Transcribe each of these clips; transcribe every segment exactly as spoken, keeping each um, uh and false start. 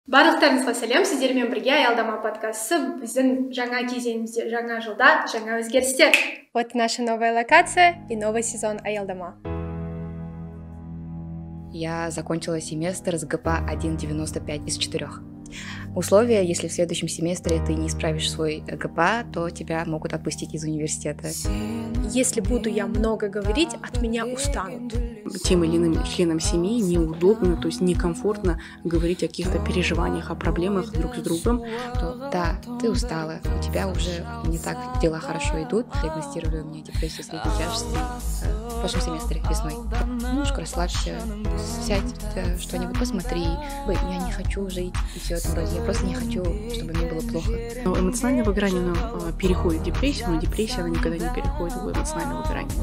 Барлықтарыңызға сәлем, сіздермен бірге Аялдама подкасты біздің жаңа кезеңімізде, жаңа жылда жаңа өзгерістер. Вот наша новая локация и новый сезон Аялдама. Я закончила семестр с ГПА один девяносто пять из четырёх. Условия: если в следующем семестре ты не исправишь свой ГПА, то тебя могут отпустить из университета. Если буду я много говорить, от меня устанут. Тем или иным членам семьи неудобно, то есть некомфортно говорить о каких-то переживаниях, о проблемах друг с другом. То да, ты устала, у тебя уже не так дела хорошо идут. Диагностировали у меня депрессию средней тяжести в прошлом семестре, весной. Немножко расслабься, сядь, что-нибудь посмотри. Я не хочу жить и все это вроде. Я просто не хочу, чтобы мне было плохо. Но эмоциональное выгорание, оно переходит в депрессию, но депрессия, она никогда не переходит в эмоциональное выгорание.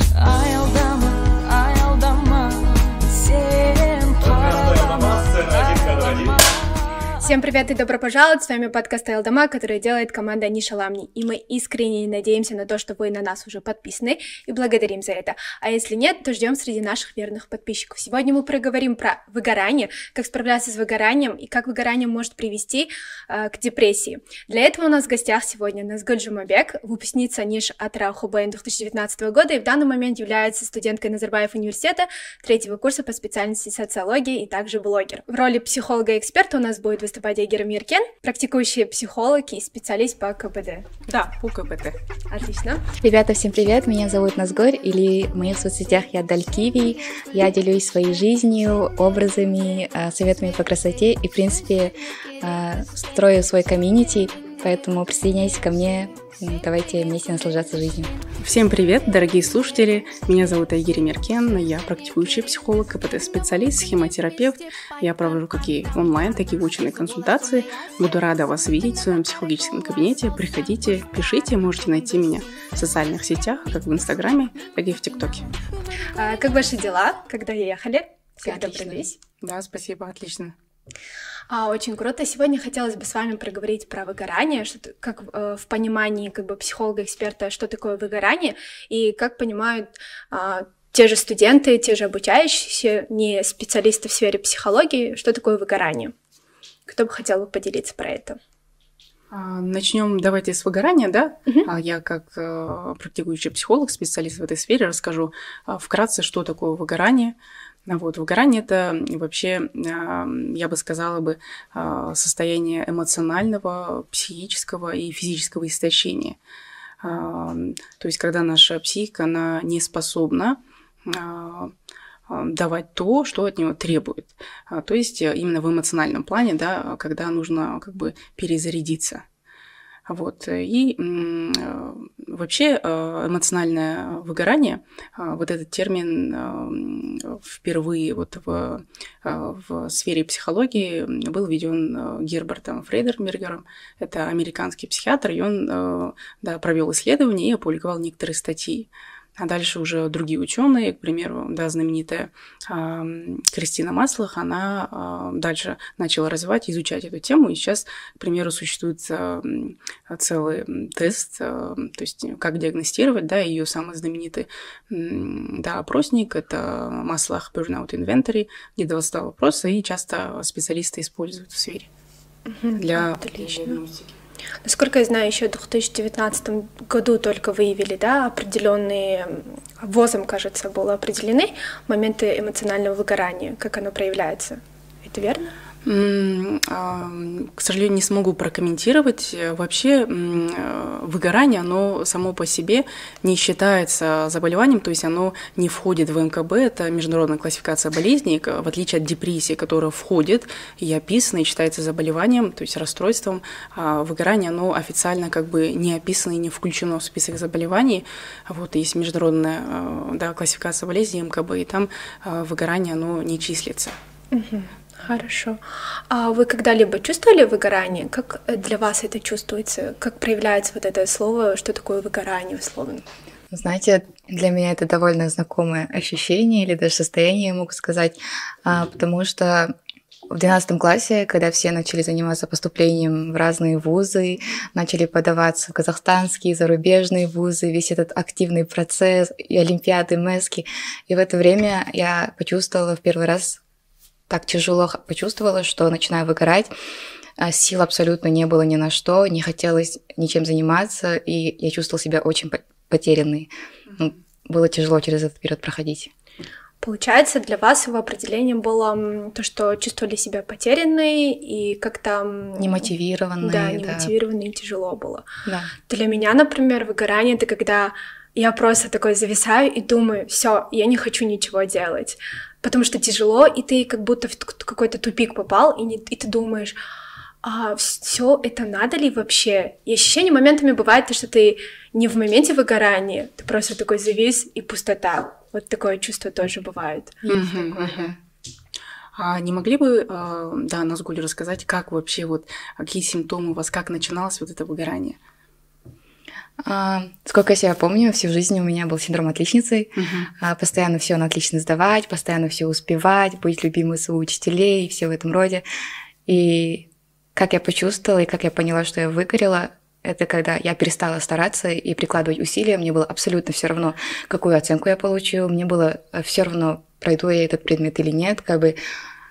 Всем привет и добро пожаловать! С вами подкаст Аялдама, который делает команда Ниша Ламни. И мы искренне надеемся на то, что вы на нас уже подписаны, и благодарим за это. А если нет, то ждем среди наших верных подписчиков. Сегодня мы проговорим про выгорание, как справляться с выгоранием и как выгорание может привести э, к депрессии. Для этого у нас в гостях сегодня Назгуль Жумабек, выпускница Ниш Атырау Хубейн две тысячи девятнадцатого года и в данный момент является студенткой Назарбаев университета третьего курса по специальности социологии и также блогер. В роли психолога-эксперта у нас будет выступать Айгер Миркен, практикующий психолог и специалист по КБД. Да, по КБД. Отлично. Ребята, всем привет, меня зовут Назгуль, или в моих соцсетях я Далькиви. Я делюсь своей жизнью, образами, советами по красоте и, в принципе, строю свой комьюнити, поэтому присоединяйтесь ко мне, давайте вместе наслаждаться жизнью. Всем привет, дорогие слушатели, меня зовут Айгер Миркен, я практикующий психолог, КПТ-специалист, схемотерапевт. Я провожу как и онлайн, так и очные консультации. Буду рада вас видеть в своем психологическом кабинете. Приходите, пишите, можете найти меня в социальных сетях, как в Инстаграме, так и в ТикТоке. А, как ваши дела? Когда ехали? Все Когда отлично. добрались? Да, спасибо, отлично. А, очень круто. Сегодня хотелось бы с вами проговорить про выгорание, что, как э, в понимании как бы психолога-эксперта, что такое выгорание, и как понимают э, те же студенты, те же обучающиеся, не специалисты в сфере психологии, что такое выгорание. Кто бы хотел бы поделиться про это? Начнем давайте с выгорания, да? Uh-huh. Я как э, практикующий психолог, специалист в этой сфере, расскажу э, вкратце, что такое выгорание. Вот, выгорание – это вообще, я бы сказала бы, состояние эмоционального, психического и физического истощения. То есть, когда наша психика, она не способна давать то, что от нее требует. То есть, именно в эмоциональном плане, да, когда нужно как бы перезарядиться. Вот. И вообще эмоциональное выгорание, вот этот термин впервые вот в, в сфере психологии был введен Гербертом Фрейденбергером, это американский психиатр, и он, да, провел исследования и опубликовал некоторые статьи. А дальше уже другие ученые, к примеру, да, знаменитая э, Кристина Маслах, она э, дальше начала развивать, изучать эту тему, и сейчас, к примеру, существует э, целый тест, э, то есть как диагностировать, да, ее самый знаменитый э, да, опросник, это Маслах Burnout Inventory, где двадцать два вопроса, и часто специалисты используют в сфере Mm-hmm. для диагностики. Насколько я знаю, еще в две тысячи девятнадцатом году только выявили, да, определенные, ВОЗом, кажется, было определены моменты эмоционального выгорания, как оно проявляется. Это верно? К сожалению, не смогу прокомментировать. Вообще выгорание, оно само по себе не считается заболеванием, то есть оно не входит в эм ка бэ, это международная классификация болезней, в отличие от депрессии, которая входит и описана, и считается заболеванием, то есть расстройством. Выгорание, оно официально как бы не описано и не включено в список заболеваний. Вот есть международная, да, классификация болезней эм ка бэ, и там выгорание, оно не числится. Угу. Хорошо. А вы когда-либо чувствовали выгорание? Как для вас это чувствуется? Как проявляется вот это слово, что такое выгорание условно? Знаете, для меня это довольно знакомое ощущение или даже состояние, я могу сказать, потому что в двенадцатом классе, когда все начали заниматься поступлением в разные вузы, начали подаваться в казахстанские, зарубежные вузы, весь этот активный процесс, и олимпиады, мэски, и в это время я почувствовала в первый раз так тяжело почувствовала, что начинаю выгорать. Сил абсолютно не было ни на что, не хотелось ничем заниматься, и я чувствовала себя очень потерянной. Ну, было тяжело через этот период проходить. Получается, для вас его определением было то, что чувствовали себя потерянной и как-то... Немотивированной. Да, немотивированной, да. И тяжело было. Да. Для меня, например, выгорание — это когда я просто такой зависаю и думаю, все, я не хочу ничего делать, потому что тяжело, и ты как будто в какой-то тупик попал, и, не, и ты думаешь... А все это надо ли вообще? И ощущение моментами бывает, что ты не в моменте выгорания, ты просто такой завис и пустота. Вот такое чувство тоже бывает. Mm-hmm, mm-hmm. А не могли бы, да, Назгуль, рассказать, как вообще, вот, какие симптомы у вас, как начиналось вот это выгорание? А, сколько я себя помню, всю жизнь у меня был синдром отличницы. Uh-huh. а, Постоянно все на отлично сдавать, постоянно все успевать, быть любимой своих учителей и все в этом роде. И как я почувствовала и как я поняла, что я выгорела, это когда я перестала стараться и прикладывать усилия. Мне было абсолютно все равно, какую оценку я получу. Мне было все равно, пройду я этот предмет или нет. Как бы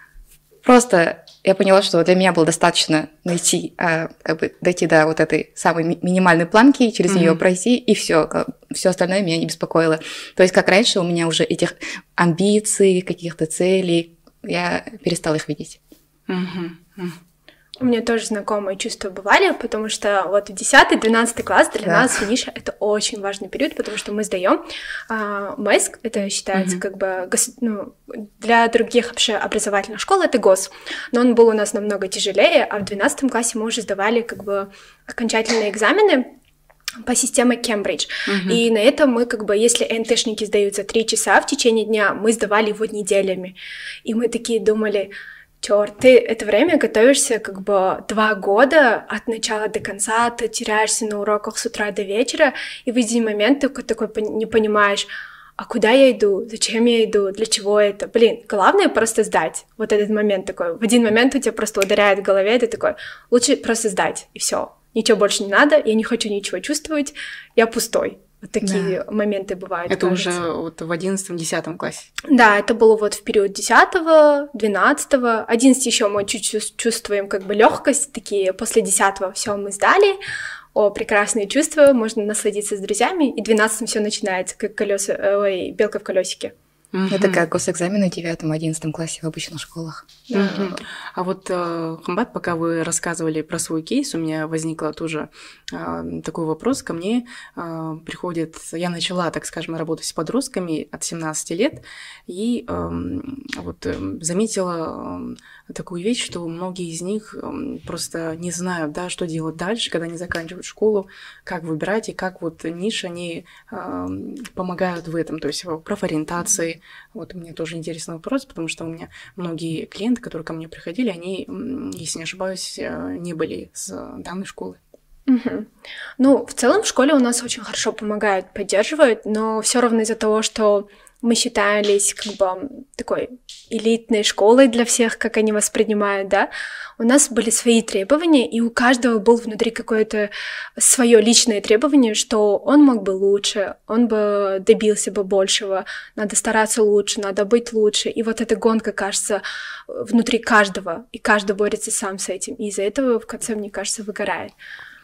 просто я поняла, что для меня было достаточно найти, как бы дойти до вот этой самой ми- минимальной планки, через mm-hmm. нее пройти, и все. Все остальное меня не беспокоило. То есть, как раньше, у меня уже этих амбиций, каких-то целей, я перестала их видеть. Mm-hmm. У меня тоже знакомые чувства бывали, потому что вот десятый-двенадцатый класс для да. нас, Ниша, это очень важный период, потому что мы сдаем а, МЭСК, это считается mm-hmm. как бы, гос, ну, для других вообще образовательных школ это ГОС, но он был у нас намного тяжелее, а в двенадцатом классе мы уже сдавали как бы окончательные экзамены по системе Кембридж. Uh-huh. И на этом мы как бы, если эн тэ шники сдают за три часа в течение дня, мы сдавали его неделями. И мы такие думали... Чёрт, ты это время готовишься как бы два года от начала до конца, ты теряешься на уроках с утра до вечера, и в один момент ты такой не понимаешь, а куда я иду, зачем я иду, для чего это? Блин, главное просто сдать. Вот этот момент такой. В один момент у тебя просто ударяет в голове, ты такой, лучше просто сдать, и все. Ничего больше не надо, я не хочу ничего чувствовать, я пустой. Вот такие да. моменты бывают. Это кажется. Уже вот в одиннадцатом-десятом классе? Да, это было вот в период десятого, двенадцатого, одиннадцатого еще мы чуть-чуть чувствуем как бы легкость, такие после десятого все мы сдали, о, прекрасные чувства, можно насладиться с друзьями, и в двенадцатом все начинается, как колеса, ой, белка в колесике. Mm-hmm. Это как госэкзамены в девятом-одиннадцатом классе в обычных школах. Mm-hmm. А вот, Хамбат, пока вы рассказывали про свой кейс, у меня возникла тоже а, такой вопрос. Ко мне а, приходит... Я начала, так скажем, работать с подростками от семнадцати лет, и а, вот заметила такую вещь, что многие из них просто не знают, да, что делать дальше, когда они заканчивают школу, как выбирать, и как вот ниши, они а, помогают в этом, то есть в профориентации. Вот мне тоже интересный вопрос, потому что у меня многие клиенты, которые ко мне приходили, они, если не ошибаюсь, не были с данной школы. Угу. Ну, в целом в школе у нас очень хорошо помогают, поддерживают, но все равно из-за того, что мы считались как бы такой элитной школой для всех, как они воспринимают, да, у нас были свои требования, и у каждого был внутри какое-то свое личное требование, что он мог бы лучше, он бы добился бы большего, надо стараться лучше, надо быть лучше, и вот эта гонка, кажется, внутри каждого, и каждый борется сам с этим, и из-за этого в конце, мне кажется, выгорает.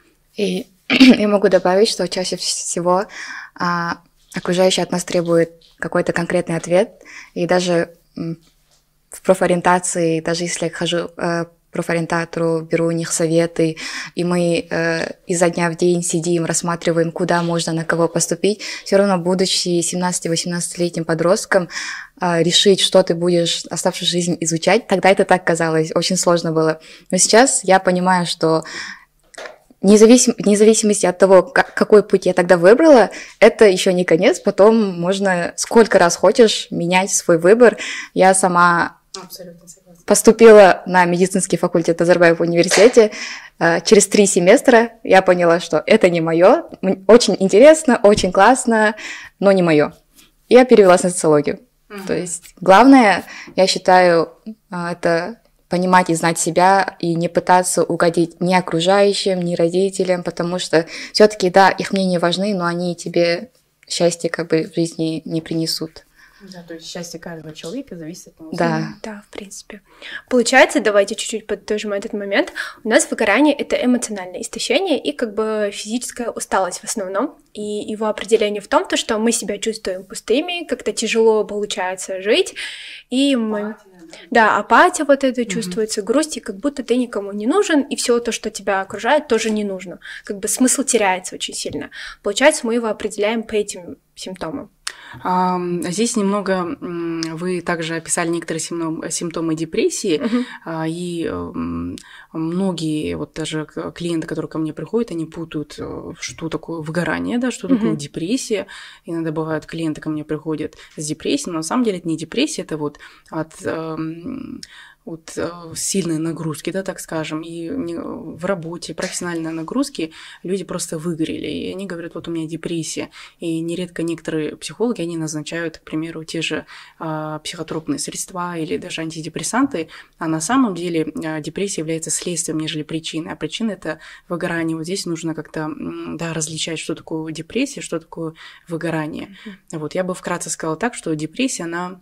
И я могу добавить, что чаще всего а, окружающие от нас требуют какой-то конкретный ответ, и даже в профориентации, даже если я хожу э, к профориентатору, беру у них советы, и мы э, изо дня в день сидим, рассматриваем, куда можно, на кого поступить, все равно, будучи семнадцати-восемнадцатилетним подростком, э, решить, что ты будешь оставшуюся жизнь изучать, тогда это так казалось, очень сложно было. Но сейчас я понимаю, что Независим, вне зависимости от того, как, какой путь я тогда выбрала, это еще не конец, потом можно сколько раз хочешь менять свой выбор. Я сама поступила на медицинский факультет Назарбаева в университете. Через три семестра я поняла, что это не мое. Очень интересно, очень классно, но не мое. Я перевелась на социологию. Mm-hmm. То есть главное, я считаю, это... понимать и знать себя, и не пытаться угодить ни окружающим, ни родителям, потому что все-таки, да, их мнения важны, но они тебе счастья как бы в жизни не принесут. Да, то есть счастье каждого человека зависит от него. Да. Да, в принципе. Получается, давайте чуть-чуть подытожим этот момент. У нас выгорание — это эмоциональное истощение и как бы физическая усталость в основном. И его определение в том, то, что мы себя чувствуем пустыми, как-то тяжело получается жить, и мы... Да, апатия вот это чувствуется, угу. грусть, и как будто ты никому не нужен, и все то, что тебя окружает, тоже не нужно. Как бы смысл теряется очень сильно. Получается, мы его определяем по этим симптомам. А, здесь немного вы также описали некоторые симптомы депрессии, uh-huh. и многие, вот даже клиенты, которые ко мне приходят, они путают, что такое выгорание, да, что такое uh-huh. депрессия. Иногда бывают клиенты ко мне приходят с депрессией, но на самом деле это не депрессия, это вот от... от э, сильной нагрузки, да, так скажем, и в работе, профессиональной нагрузки люди просто выгорели, и они говорят, вот у меня депрессия, и нередко некоторые психологи, они назначают, к примеру, те же э, психотропные средства или даже антидепрессанты, а на самом деле э, депрессия является следствием, нежели причиной, а причина – это выгорание. Вот здесь нужно как-то, да, различать, что такое депрессия, что такое выгорание. Mm-hmm. Вот, я бы вкратце сказала так, что депрессия, она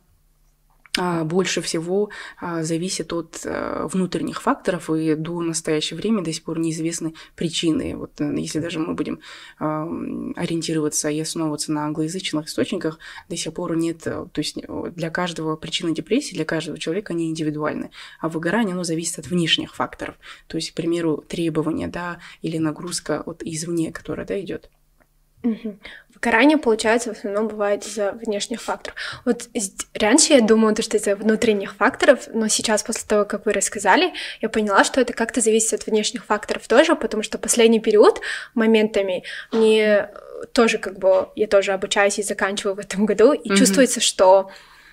больше всего зависит от внутренних факторов, и до настоящего времени до сих пор неизвестны причины. Вот если даже мы будем ориентироваться и основываться на англоязычных источниках, до сих пор нет, то есть для каждого причины депрессии, для каждого человека они индивидуальны, а выгорание, оно зависит от внешних факторов, то есть, к примеру, требования, да, или нагрузка от извне, которая, да, идет. Угу. Выгорание, получается, в основном бывает из-за внешних факторов. Вот раньше я думала, что из-за внутренних факторов, но сейчас, после того, как вы рассказали, я поняла, что это как-то зависит от внешних факторов тоже, потому что последний период моментами мне тоже как бы, я тоже обучаюсь и заканчиваю в этом году, и mm-hmm. чувствуется, что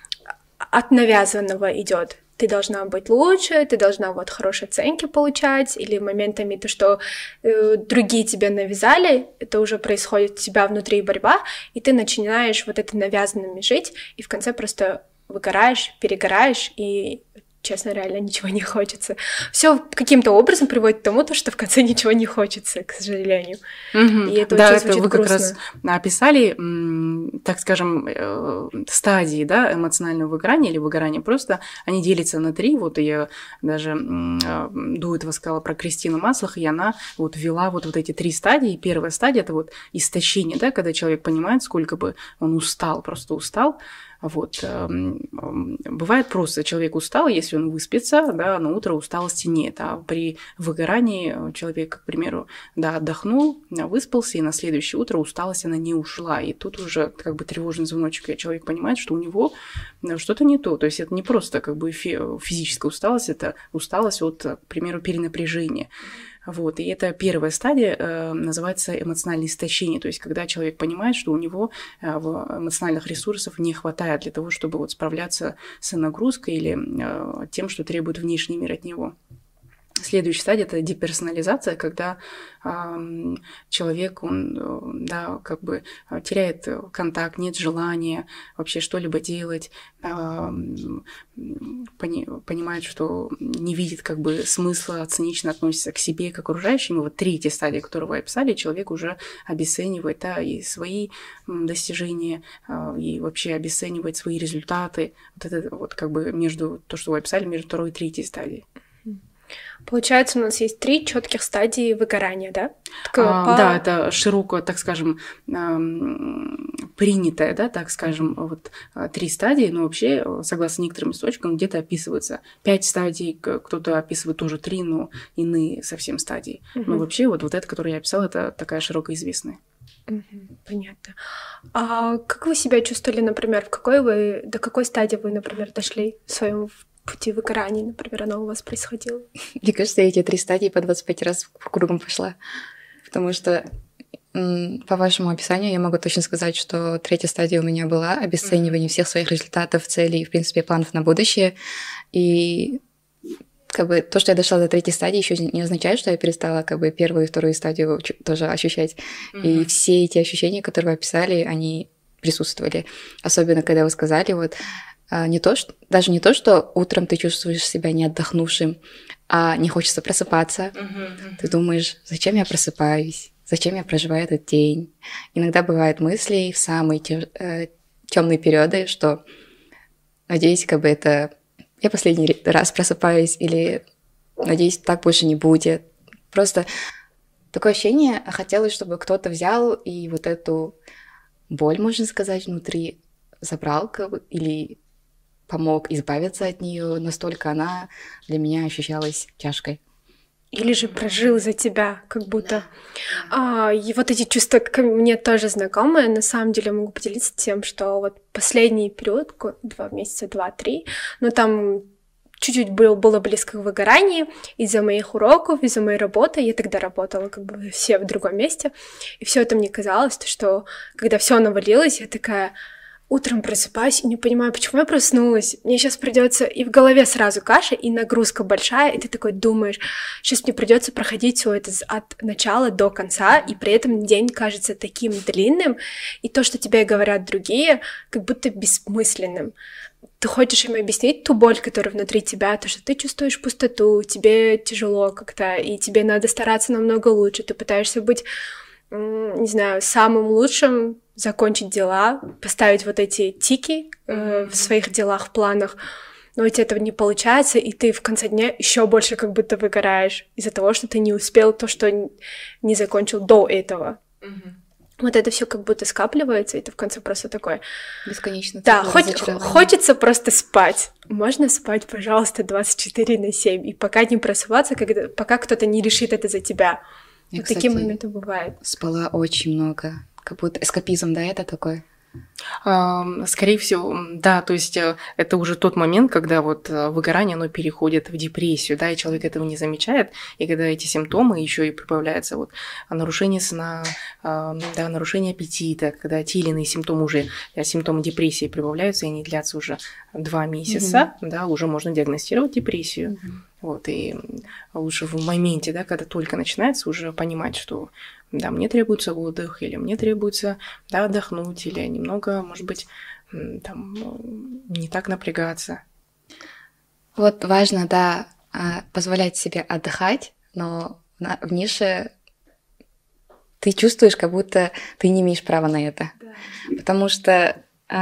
от навязанного идет. Ты должна быть лучше, ты должна вот хорошие оценки получать, или моментами то, что э, другие тебе навязали, это уже происходит у тебя внутри борьба, и ты начинаешь вот это навязанными жить, и в конце просто выгораешь, перегораешь, и, честно, реально ничего не хочется. Все каким-то образом приводит к тому, что в конце ничего не хочется, к сожалению. Mm-hmm. И это да, очень это звучит вы как грустно. раз описали, так скажем, стадии, да, эмоционального выгорания или выгорания. Просто они делятся на три. Вот я даже до этого сказала про Кристину Маслах, и она вот ввела вот, вот эти три стадии. Первая стадия – это вот истощение, да, когда человек понимает, сколько бы он устал, просто устал. Вот. Бывает просто, человек устал, если он выспится, да, на утро усталости нет, а при выгорании человек, к примеру, да, отдохнул, выспался, и на следующее утро усталость, она не ушла, и тут уже как бы тревожный звоночек, и человек понимает, что у него что-то не то, то есть это не просто как бы физическая усталость, это усталость от, к примеру, перенапряжения. Вот, и это первая стадия, э, называется эмоциональное истощение, то есть когда человек понимает, что у него э, эмоциональных ресурсов не хватает для того, чтобы вот справляться с нагрузкой или э, тем, что требует внешний мир от него. Следующая стадия – это деперсонализация, когда э, человек, он, да, как бы теряет контакт, нет желания вообще что-либо делать, э, пони, понимает, что не видит как бы смысла, цинично относится к себе, к окружающим. И вот третья стадия, которую вы описали, человек уже обесценивает, да, и свои достижения, э, и вообще обесценивает свои результаты. Вот это вот как бы между, то, что вы описали, между второй и третьей стадией. Получается, у нас есть три четких стадии выгорания, да? А, по... Да, это широко, так скажем, принятое, да, так скажем, вот три стадии, но вообще, согласно некоторым источникам, где-то описывается пять стадий, кто-то описывает тоже три, но иные совсем стадии. Угу. Но вообще вот, вот это, которое я описала, это такая широко известная. Угу, понятно. А как вы себя чувствовали, например, в какой вы, до какой стадии вы, например, дошли в своем пути выгорания, например, оно у вас происходило? Мне кажется, я эти три стадии по двадцать пять раз кругом пошла. Потому что по вашему описанию я могу точно сказать, что третья стадия у меня была обесценивание всех своих результатов, целей и, в принципе, планов на будущее. И как бы то, что я дошла до третьей стадии, еще не означает, что я перестала как бы первую и вторую стадию тоже ощущать. Mm-hmm. И все эти ощущения, которые вы описали, они присутствовали. Особенно, когда вы сказали, вот не то, что, даже не то, что утром ты чувствуешь себя не отдохнувшим, а не хочется просыпаться. Uh-huh, uh-huh. Ты думаешь, зачем я просыпаюсь? Зачем я проживаю этот день? Иногда бывают мысли в самый тяж... темные периоды, что, надеюсь, как бы это я последний раз просыпаюсь, или, надеюсь, так больше не будет. Просто такое ощущение, хотелось, чтобы кто-то взял и вот эту боль, можно сказать, внутри забрал, как бы, или помог избавиться от нее. Настолько она для меня ощущалась тяжкой. Или же прожил за тебя, как будто. А, и вот эти чувства как мне тоже знакомы. На самом деле могу поделиться тем, что вот последний период, два месяца, два-три, но там чуть-чуть было, было близко к выгоранию из-за моих уроков, из-за моей работы. Я тогда работала как бы все в другом месте. И все это мне казалось, что когда все навалилось, я такая утром просыпаюсь и не понимаю, почему я проснулась. Мне сейчас придется и в голове сразу каша, и нагрузка большая, и ты такой думаешь, сейчас мне придется проходить все это от начала до конца, и при этом день кажется таким длинным, и то, что тебе говорят другие, как будто бессмысленным. Ты хочешь им объяснить ту боль, которая внутри тебя, то, что ты чувствуешь пустоту, тебе тяжело как-то, и тебе надо стараться намного лучше, ты пытаешься быть, не знаю, самым лучшим, закончить дела, поставить вот эти тики э, в своих делах, в планах, но у тебя этого не получается, и ты в конце дня еще больше как будто выгораешь из-за того, что ты не успел то, что не закончил до этого. Mm-hmm. Вот это все как будто скапливается, и ты в конце просто такое... Бесконечно. Да, хоть, хочется просто спать. Можно спать, пожалуйста, двадцать четыре на семь, и пока не просыпаться, когда, пока кто-то не решит это за тебя. Я, вот кстати, такие моменты бывают. Спала очень много. Как будто эскапизм, да, это такой? Скорее всего, да, то есть это уже тот момент, когда вот выгорание, оно переходит в депрессию, да, и человек этого не замечает, и когда эти симптомы еще и прибавляются, вот нарушение сна, да, нарушение аппетита, когда те или иные симптомы уже, симптомы депрессии прибавляются, и они длятся уже два месяца, mm-hmm. да, уже можно диагностировать депрессию. Mm-hmm. Вот, и лучше в моменте, да, когда только начинается, уже понимать, что, да, мне требуется отдых, или мне требуется, да, отдохнуть, или немного, может быть, там, не так напрягаться. Вот важно, да, позволять себе отдыхать, но в нише ты чувствуешь, как будто ты не имеешь права на это. Да. Потому что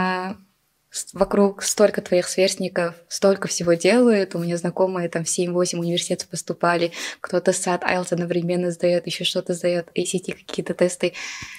вокруг столько твоих сверстников, столько всего делают. У меня знакомые там в семь-восемь университетов поступали, кто-то сад, айлтс одновременно сдает, еще что-то сдает, эй си ти какие-то тесты.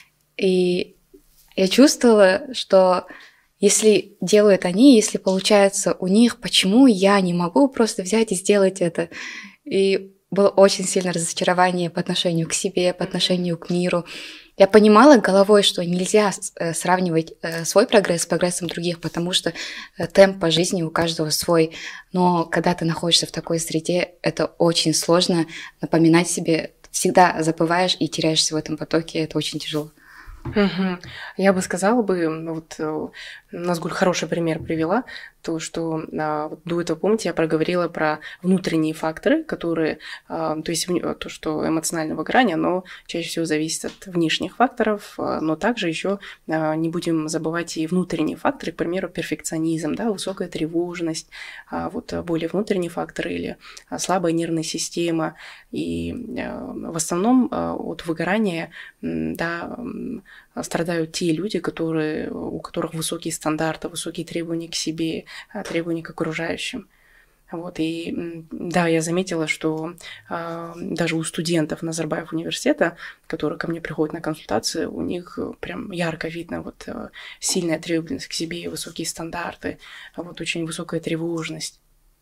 И я чувствовала, что если делают они, если получается у них, почему я не могу просто взять и сделать это? И было очень сильное разочарование по отношению к себе, по отношению к миру. Я понимала головой, что нельзя сравнивать свой прогресс с прогрессом других, потому что темп по жизни у каждого свой. Но когда ты находишься в такой среде, это очень сложно напоминать себе. Всегда забываешь и теряешься в этом потоке, это очень тяжело. Угу. Я бы сказала бы, вот Назгуль хороший пример привела, то, что вот до этого, помните, я проговорила про внутренние факторы, которые, то есть то, что эмоциональное выгорание, оно чаще всего зависит от внешних факторов, но также еще не будем забывать и внутренние факторы, к примеру, перфекционизм, да, высокая тревожность, вот более внутренние факторы или слабая нервная система, и в основном от выгорания, да, страдают те люди, которые, у которых высокие стандарты, высокие требования к себе, требования к окружающим. Вот, и да, я заметила, что а, даже у студентов Назарбаев университета, которые ко мне приходят на консультации, у них прям ярко видно вот сильная требовательность к себе, высокие стандарты, вот очень высокая тревожность.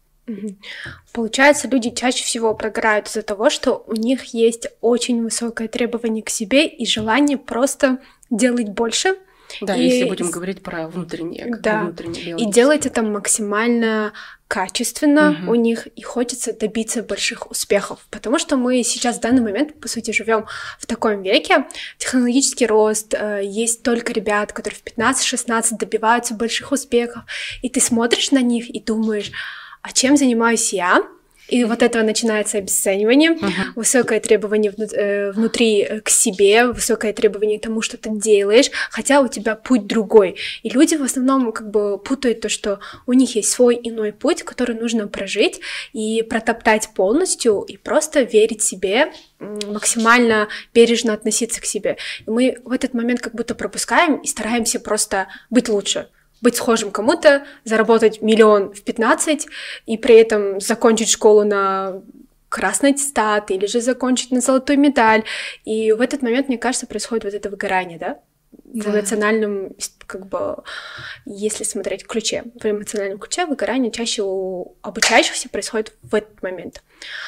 Получается, люди чаще всего прогорают из-за того, что у них есть очень высокое требование к себе и желание просто делать больше. Да, и... если будем говорить про внутреннее, да. внутреннее и делать это максимально качественно угу. у них, и хочется добиться больших успехов, потому что мы сейчас в данный момент, по сути, живем в таком веке, технологический рост, есть только ребят, которые в пятнадцать-шестнадцать добиваются больших успехов, и ты смотришь на них и думаешь, а чем занимаюсь я? И вот этого начинается обесценивание, uh-huh. высокое требование внутри к себе, высокое требование к тому, что ты делаешь, хотя у тебя путь другой. И люди в основном как бы путают то, что у них есть свой иной путь, который нужно прожить и протоптать полностью, и просто верить себе, максимально бережно относиться к себе. И мы в этот момент как будто пропускаем и стараемся просто быть лучше. Быть схожим к кому-то, заработать миллион в пятнадцать и при этом закончить школу на красный аттестат или же закончить на золотую медаль. И в этот момент, мне кажется, происходит вот это выгорание, да? В да. эмоциональном, как бы, если смотреть в ключе, в эмоциональном ключе выгорание чаще у обучающихся происходит в этот момент.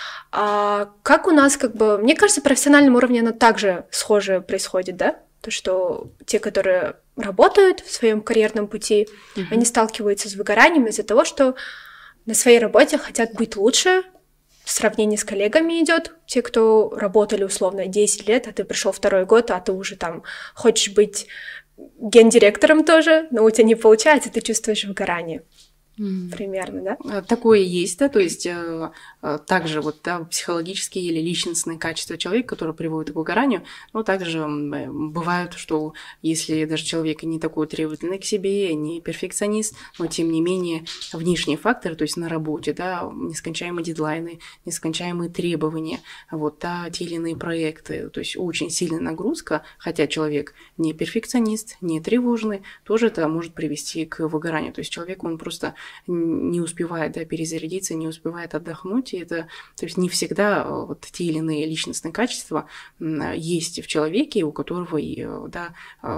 А как у нас, как бы, мне кажется, в профессиональном уровне оно также схоже происходит, да? То, что те, которые работают в своем карьерном пути, mm-hmm. они сталкиваются с выгоранием из-за того, что на своей работе хотят быть лучше, в сравнении с коллегами идет. Те, кто работали условно десять лет, а ты пришел второй год, а ты уже там хочешь быть гендиректором тоже, но у тебя не получается, ты чувствуешь выгорание. Mm. Примерно, да? Такое есть, да, то есть э, э, также вот, да, психологические или личностные качества человека, которые приводят к выгоранию, но также э, бывает, что если даже человек не такой требовательный к себе, не перфекционист, но тем не менее внешние факторы, то есть на работе, да, нескончаемые дедлайны, нескончаемые требования, вот, да, те или иные проекты, то есть очень сильная нагрузка, хотя человек не перфекционист, не тревожный, тоже это может привести к выгоранию, то есть человек, он просто не успевает, да, перезарядиться, не успевает отдохнуть, и это, то есть не всегда вот те или иные личностные качества есть в человеке, у которого, да,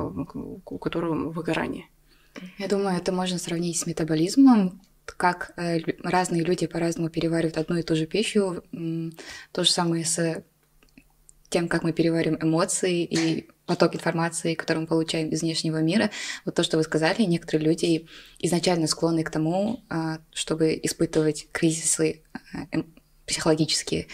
у которого выгорание. Я думаю, это можно сравнить с метаболизмом, как разные люди по-разному переваривают одну и ту же пищу, то же самое с тем, как мы перевариваем эмоции и поток информации, который мы получаем из внешнего мира. Вот то, что вы сказали, некоторые люди изначально склонны к тому, чтобы испытывать кризисы психологические.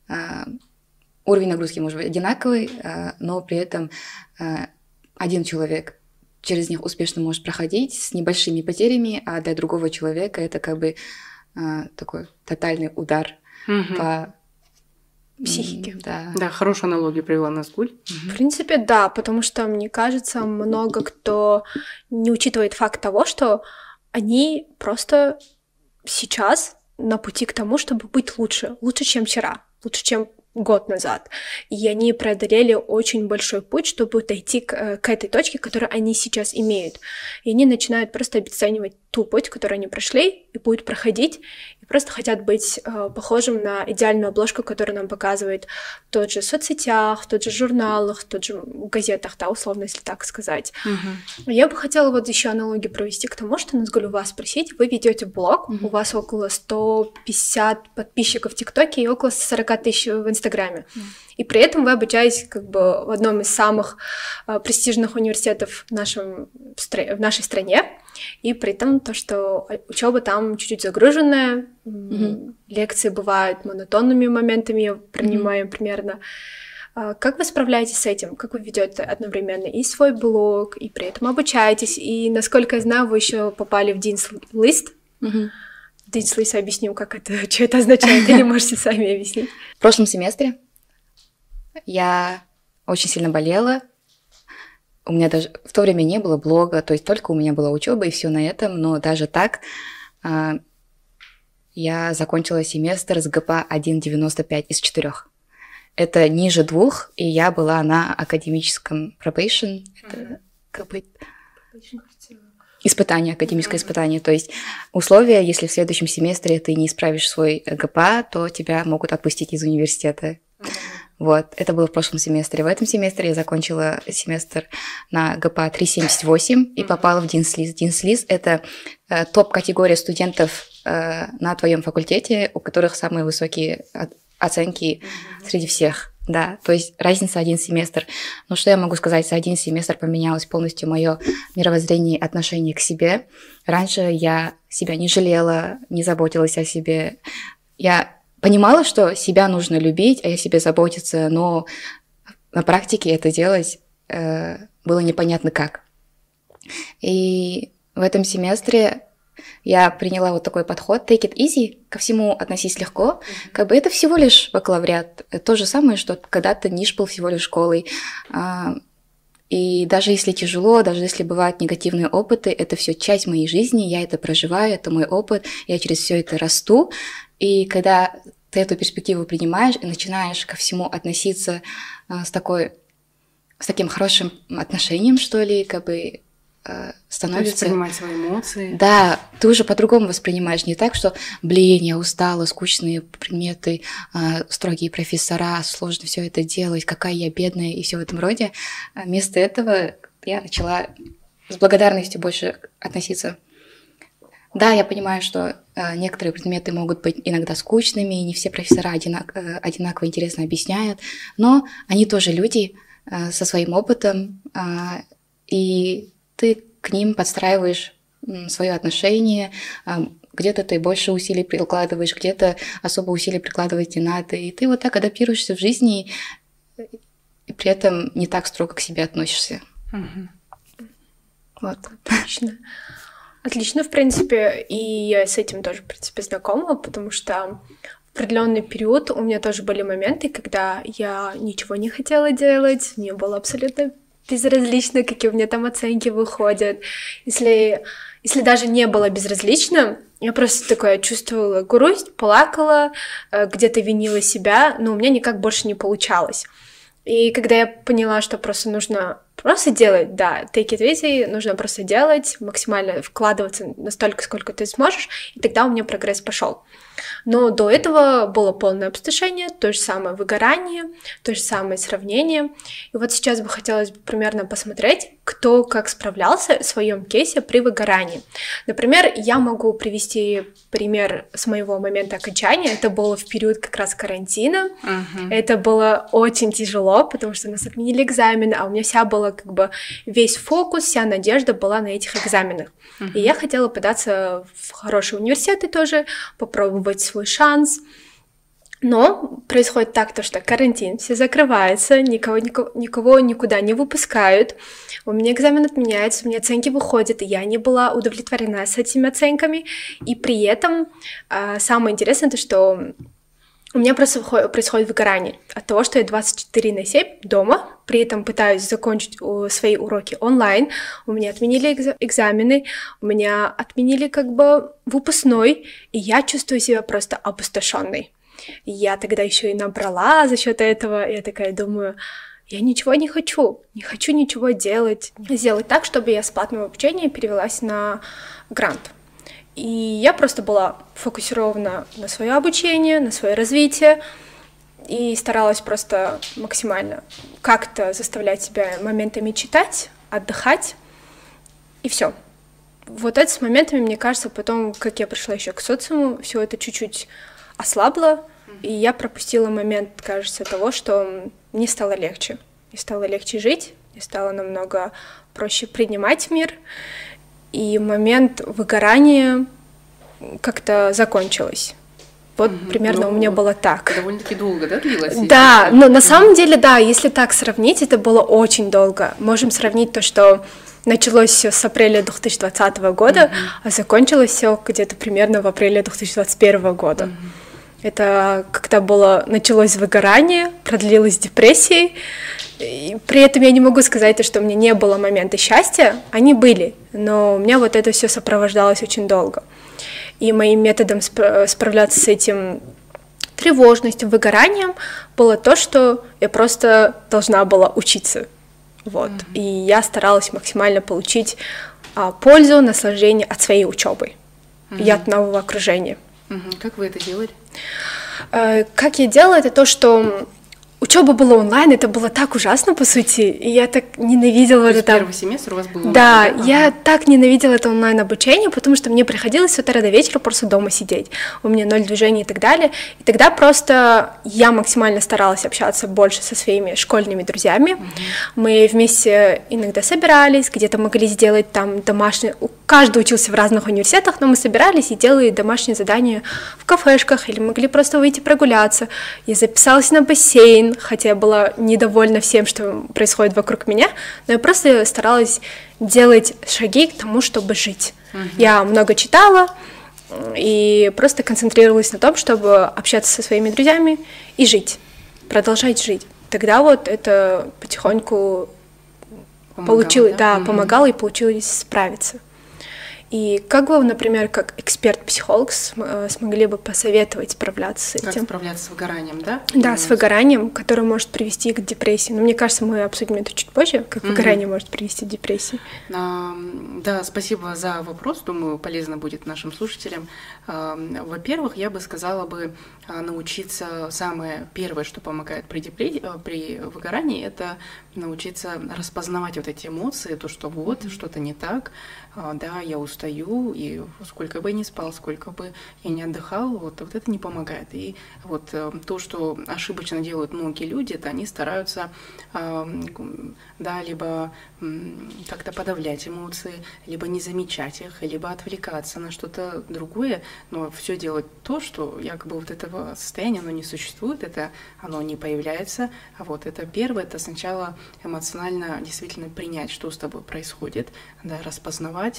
Уровень нагрузки может быть одинаковый, но при этом один человек через них успешно может проходить с небольшими потерями, а для другого человека это как бы такой тотальный удар mm-hmm. по психики. Mm, да. да, хорошую аналогию привела Назгуль. В принципе, да, потому что, мне кажется, много кто не учитывает факт того, что они просто сейчас на пути к тому, чтобы быть лучше, лучше, чем вчера, лучше, чем год назад. И они преодолели очень большой путь, чтобы дойти к, к этой точке, которую они сейчас имеют. И они начинают просто обесценивать ту путь, которую они прошли, и будут проходить, и просто хотят быть э, похожим на идеальную обложку, которую нам показывает в тот же соцсетях, в тот же журналах, в тот же газетах, да, условно, если так сказать. Uh-huh. Я бы хотела вот еще аналогию провести к тому, что, Назгуль, у вас спросить, вы ведете блог, uh-huh. у вас около сто пятьдесят подписчиков в ТикТоке и около сорок тысяч в Инстаграме. Uh-huh. И при этом вы обучаетесь как бы в одном из самых э, престижных университетов в, нашем, в нашей стране, и при этом то, что учеба там чуть-чуть загруженная, mm-hmm. лекции бывают монотонными моментами, я принимаю mm-hmm. примерно. Как вы справляетесь с этим? Как вы ведете одновременно и свой блог, и при этом обучаетесь? И, насколько я знаю, вы еще попали в Dean's List. Mm-hmm. Dean's List, объясню, как это, что это означает, или можете сами объяснить? В прошлом семестре я очень сильно болела. У меня даже в то время не было блога, то есть только у меня была учеба и все на этом, но даже так э, я закончила семестр с ГПА один девяносто пять из четырёх. Это ниже двух, и я была на академическом probation. Это как бы испытание, академическое испытание. То есть условия, если в следующем семестре ты не исправишь свой ГПА, то тебя могут отпустить из университета. Вот, это было в прошлом семестре. В этом семестре я закончила семестр на ГПА три семьдесят восемь и попала в Dean's List. Dean's List — это э, топ-категория студентов э, на твоем факультете, у которых самые высокие оценки mm-hmm. среди всех. Да, то есть разница один семестр. Но что я могу сказать, за один семестр поменялось полностью мое мировоззрение и отношение к себе. Раньше я себя не жалела, не заботилась о себе. Я понимала, что себя нужно любить, а о себе заботиться, но на практике это делать э, было непонятно как. И в этом семестре я приняла вот такой подход, take it easy, ко всему относись легко, mm-hmm. как бы это всего лишь бакалавриат, это то же самое, что когда-то НИШ был всего лишь школой, и даже если тяжело, даже если бывают негативные опыты, это все часть моей жизни, я это проживаю, это мой опыт, я через все это расту, и когда ты эту перспективу принимаешь и начинаешь ко всему относиться с такой, с таким хорошим отношением, что ли, как бы становится... Воспринимать свои эмоции. Да, ты уже по-другому воспринимаешь, не так, что, блин, я устала, скучные предметы, строгие профессора, сложно все это делать, какая я бедная и все в этом роде. Вместо этого я начала с благодарностью больше относиться. Да, я понимаю, что некоторые предметы могут быть иногда скучными, и не все профессора одинак... одинаково интересно объясняют, но они тоже люди со своим опытом, и ты к ним подстраиваешь свое отношение, где-то ты больше усилий прикладываешь, где-то особо усилий прикладывать не надо, и ты вот так адаптируешься в жизни, и при этом не так строго к себе относишься. Угу. Вот. Отлично. Отлично, в принципе, и я с этим тоже, в принципе, знакома, потому что в определенный период у меня тоже были моменты, когда я ничего не хотела делать, мне было абсолютно безразлично, какие у меня там оценки выходят. Если, если даже не было безразлично, я просто такое чувствовала грусть, плакала, где-то винила себя, но у меня никак больше не получалось. И когда я поняла, что просто нужно просто делать, да, take it easy, нужно просто делать, максимально вкладываться настолько, сколько ты сможешь, и тогда у меня прогресс пошел. Но до этого было полное опустошение, то же самое выгорание, то же самое сравнение. И вот сейчас бы хотелось бы примерно посмотреть, кто как справлялся в своем кейсе при выгорании. Например, я могу привести пример с моего момента окончания. Это было в период как раз карантина. Uh-huh. Это было очень тяжело, потому что нас отменили экзамены, а у меня вся была как бы весь фокус, вся надежда была на этих экзаменах. Uh-huh. И я хотела податься в хорошие университеты тоже, попробовать свой шанс. Но происходит так, то, что карантин, все закрываются, никого, никого, никого никуда не выпускают, у меня экзамен отменяется, у меня оценки выходят, и я не была удовлетворена с этими оценками, и при этом а, самое интересное, то, что у меня просто происходит выгорание от того, что я двадцать четыре на семь дома, при этом пытаюсь закончить свои уроки онлайн, у меня отменили экзамены, у меня отменили как бы выпускной, и я чувствую себя просто опустошенной. Я тогда еще и набрала за счет этого, я такая думаю, я ничего не хочу, не хочу ничего делать, сделать так, чтобы я с платного обучения перевелась на грант. И я просто была фокусирована на свое обучение, на свое развитие, и старалась просто максимально как-то заставлять себя моментами читать, отдыхать, и все. Вот это с моментами, мне кажется, потом, как я пришла еще к социуму, все это чуть-чуть ослабло, и я пропустила момент, кажется, того, что мне стало легче. Мне стало легче жить, мне стало намного проще принимать мир, и момент выгорания как-то закончилось. Вот mm-hmm. примерно ну, у меня было так. Довольно-таки долго, да, длилось? Да, но на самом деле, да, если так сравнить, это было очень долго. Можем сравнить то, что началось все с апреля две тысячи двадцатого года, mm-hmm. а закончилось все где-то примерно в апреле две тысячи двадцать первого года. Mm-hmm. Это когда было, началось выгорание, продлилась депрессия. И при этом я не могу сказать, что у меня не было момента счастья, они были, но у меня вот это все сопровождалось очень долго. И моим методом справляться с этим тревожностью, выгоранием было то, что я просто должна была учиться. Вот. Mm-hmm. И я старалась максимально получить а, пользу, наслаждение от своей учебы mm-hmm. и от нового окружения. Mm-hmm. Как вы это делали? А, как я делала, это то, что учеба была онлайн, это было так ужасно, по сути, и я так ненавидела это. там. Первый семестр у вас был онлайн? Да, да? я ага. так ненавидела это онлайн-обучение, потому что мне приходилось с утра до вечера просто дома сидеть. У меня ноль движений и так далее. И тогда просто я максимально старалась общаться больше со своими школьными друзьями. Угу. Мы вместе иногда собирались, где-то могли сделать там домашнее каждый учился в разных университетах, но мы собирались и делали домашние задания в кафешках или могли просто выйти прогуляться. Я записалась на бассейн, хотя я была недовольна всем, что происходит вокруг меня, но я просто старалась делать шаги к тому, чтобы жить. Uh-huh. Я много читала и просто концентрировалась на том, чтобы общаться со своими друзьями и жить, продолжать жить. Тогда вот это потихоньку получилось, да, да uh-huh. помогало и получилось справиться. И как вы, например, как эксперт-психолог смогли бы посоветовать справляться с этим? Как справляться с выгоранием, да? Да, mm-hmm. с выгоранием, которое может привести к депрессии. Но мне кажется, мы обсудим это чуть позже, как mm-hmm. выгорание может привести к депрессии. А, да, спасибо за вопрос. Думаю, полезно будет нашим слушателям. А, во-первых, я бы сказала бы научиться, самое первое, что помогает при депрессии, при выгорании, это научиться распознавать вот эти эмоции, то, что вот, mm-hmm. что-то не так, да, я устаю, и сколько бы я ни спал, сколько бы я не отдыхал, вот, вот это не помогает. И вот то, что ошибочно делают многие люди, это они стараются, да, либо как-то подавлять эмоции, либо не замечать их, либо отвлекаться на что-то другое, но все делать то, что якобы вот этого состояния, оно не существует, это оно не появляется. А вот это первое, это сначала эмоционально действительно принять, что с тобой происходит, да, распознавать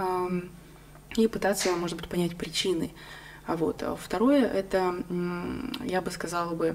и пытаться, может быть, понять причины. А вот. Второе, это, я бы сказала бы,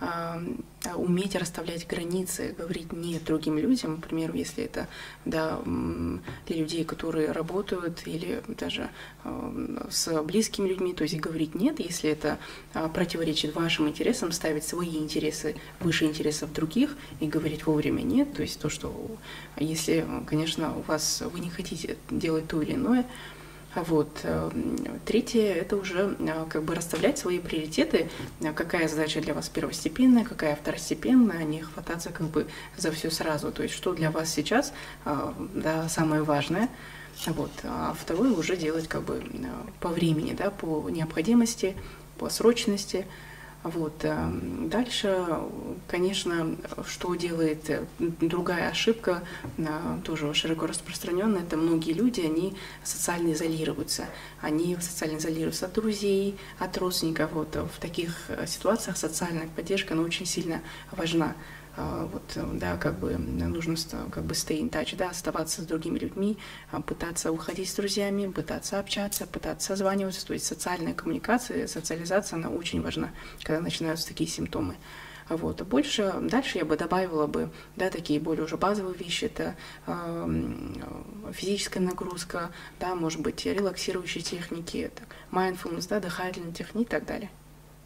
уметь расставлять границы, говорить «нет» другим людям, например, если это, да, для людей, которые работают, или даже с близкими людьми, то есть говорить «нет», если это противоречит вашим интересам, ставить свои интересы выше интересов других и говорить вовремя «нет», то есть то, что, если, конечно, у вас, вы не хотите делать то или иное. Вот. Третье – это уже как бы расставлять свои приоритеты, какая задача для вас первостепенная, какая второстепенная, а не хвататься как бы за все сразу. То есть что для вас сейчас, да, самое важное. Вот. А второе уже делать как бы по времени, да, по необходимости, по срочности. Вот. Дальше, конечно, что делает другая ошибка, тоже широко распространенная, это многие люди, они социально изолируются. Они социально изолируются от друзей, от родственников. Вот. В таких ситуациях социальная поддержка, она очень сильно важна. Вот, да, как бы нужно как бы stay in touch, да, оставаться с другими людьми, пытаться уходить с друзьями, пытаться общаться, пытаться созваниваться. То есть социальная коммуникация, социализация, она очень важна, когда начинаются такие симптомы. Вот. А больше, дальше я бы добавила бы, да, такие более уже базовые вещи, это э, физическая нагрузка, да, может быть, релаксирующие техники, это mindfulness, да, дыхательные техники и так далее.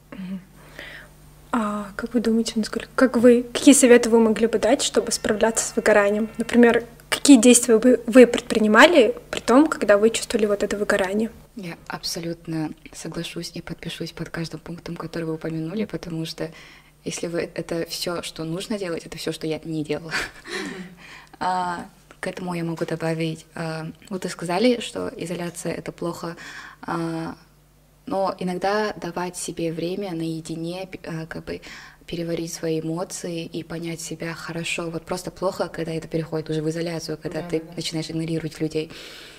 А как вы думаете, насколько, как вы, какие советы вы могли бы дать, чтобы справляться с выгоранием? Например, какие действия вы, вы предпринимали при том, когда вы чувствовали вот это выгорание? Я абсолютно соглашусь и подпишусь под каждым пунктом, который вы упомянули, потому что если вы это все, что нужно делать, это все, что я не делала. А, к этому я могу добавить. А, вот вы сказали, что изоляция это плохо. А, Но иногда давать себе время наедине, как бы переварить свои эмоции и понять себя хорошо. Вот просто плохо, когда это переходит уже в изоляцию, когда да, ты да. начинаешь игнорировать людей.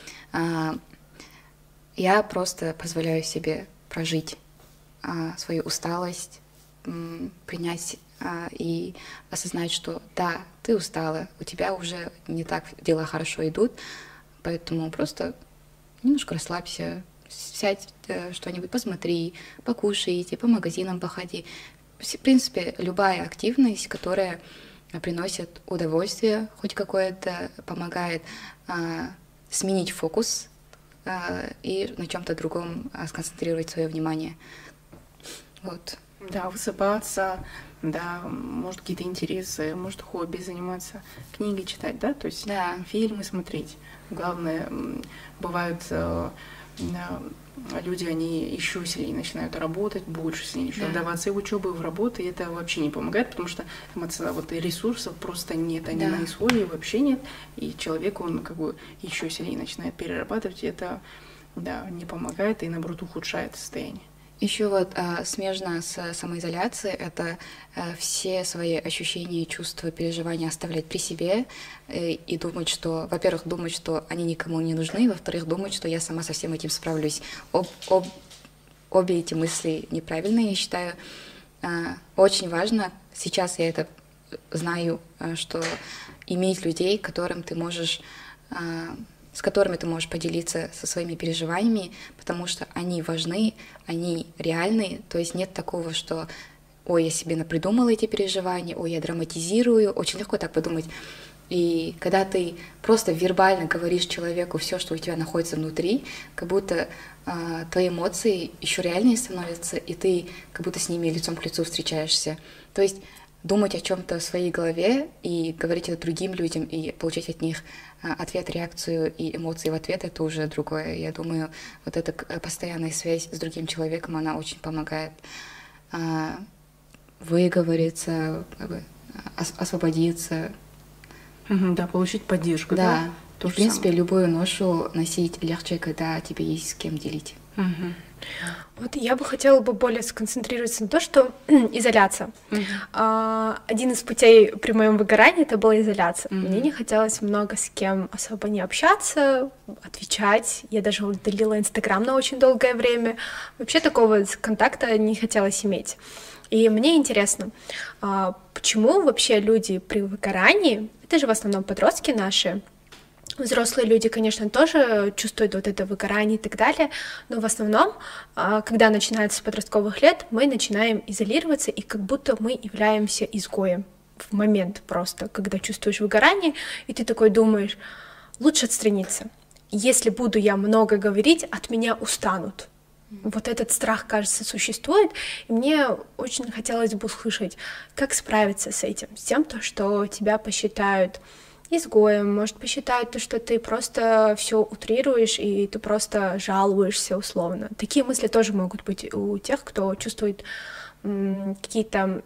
Я просто позволяю себе прожить свою усталость, принять и осознать, что да, ты устала, у тебя уже не так дела хорошо идут, поэтому просто немножко расслабься, сядь, что-нибудь посмотри, покушай, иди по магазинам походи. В принципе, любая активность, которая приносит удовольствие, хоть какое-то, помогает а, сменить фокус а, и на чем-то другом а, сконцентрировать свое внимание. Вот. Да, высыпаться, да, может, какие-то интересы, может, хобби заниматься, книги читать, да, то есть да. фильмы смотреть. Главное, бывают люди, они еще сильнее начинают работать, больше сильнее начинают да. вдаваться и в учебу, и в работу, и это вообще не помогает, потому что вот, ресурсов просто нет, они да. на исходе вообще нет, и человек, он как бы еще сильнее начинает перерабатывать, и это да, не помогает, и наоборот ухудшает состояние. Еще вот а, смежно с самоизоляцией это а, все свои ощущения, чувства, переживания оставлять при себе и, и думать, что, во-первых, думать, что они никому не нужны, во-вторых, думать, что я сама со всем этим справлюсь. Об, об, обе эти мысли неправильные, я считаю. А, очень важно, сейчас я это знаю, а, что иметь людей, которым ты можешь... А, с которыми ты можешь поделиться со своими переживаниями, потому что они важны, они реальны, то есть нет такого, что «Ой, я себе напридумала эти переживания», «Ой, я драматизирую», очень легко так подумать. И когда ты просто вербально говоришь человеку все, что у тебя находится внутри, как будто э, твои эмоции еще реальнее становятся, и ты как будто с ними лицом к лицу встречаешься. То есть думать о чем-то в своей голове и говорить это другим людям и получать от них ответ, реакцию и эмоции в ответ — это уже другое. Я думаю, вот эта постоянная связь с другим человеком, она очень помогает а, выговориться, как бы, ос- освободиться. Угу, да, получить поддержку. Да, да? И, в принципе, самое. Любую ношу носить легче, когда тебе есть с кем делить. Угу. Вот я бы хотела бы более сконцентрироваться на том, что изоляция. Uh-huh. А, один из путей при моем выгорании это была изоляция. Uh-huh. Мне не хотелось много с кем особо не общаться, отвечать. Я даже удалила Инстаграм на очень долгое время. Вообще такого контакта не хотелось иметь. И мне интересно, а, почему вообще люди при выгорании, это же в основном подростки наши, взрослые люди, конечно, тоже чувствуют вот это выгорание и так далее, но в основном, когда начинается с подростковых лет, мы начинаем изолироваться, и как будто мы являемся изгоем в момент просто, когда чувствуешь выгорание, и ты такой думаешь, лучше отстраниться. Если буду я много говорить, от меня устанут. Вот этот страх, кажется, существует, и мне очень хотелось бы услышать, как справиться с этим, с тем, то, что тебя посчитают изгоем, может, посчитают то, что ты просто все утрируешь, и ты просто жалуешься условно. Такие мысли тоже могут быть у тех, кто чувствует м, какие-то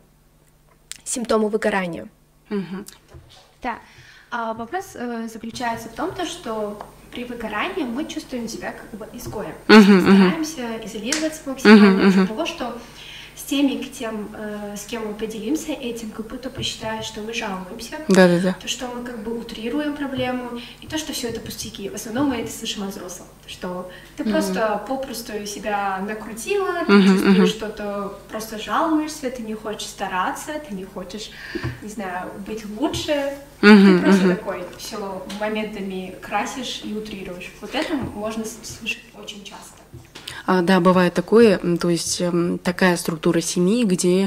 симптомы выгорания. Угу. Да. А вопрос э, заключается в том, то, что при выгорании мы чувствуем себя как бы изгоем. Uh-huh, Стараемся uh-huh. изолироваться максимально uh-huh, из-за uh-huh. того, что с теми, к тем, э, с кем мы поделимся этим, как будто посчитают, что мы жалуемся, Да-да-да. то, что мы как бы утрируем проблему, и то, что все это пустяки. В основном мы это слышим от взрослых, что ты mm-hmm. просто попросту себя накрутила, ты mm-hmm, чувствуешь, mm-hmm. что ты просто жалуешься, ты не хочешь стараться, ты не хочешь, не знаю, быть лучше, mm-hmm, ты просто mm-hmm. такой все моментами красишь и утрируешь. Вот это можно слышать очень часто. Да, бывает такое, то есть такая структура семьи, где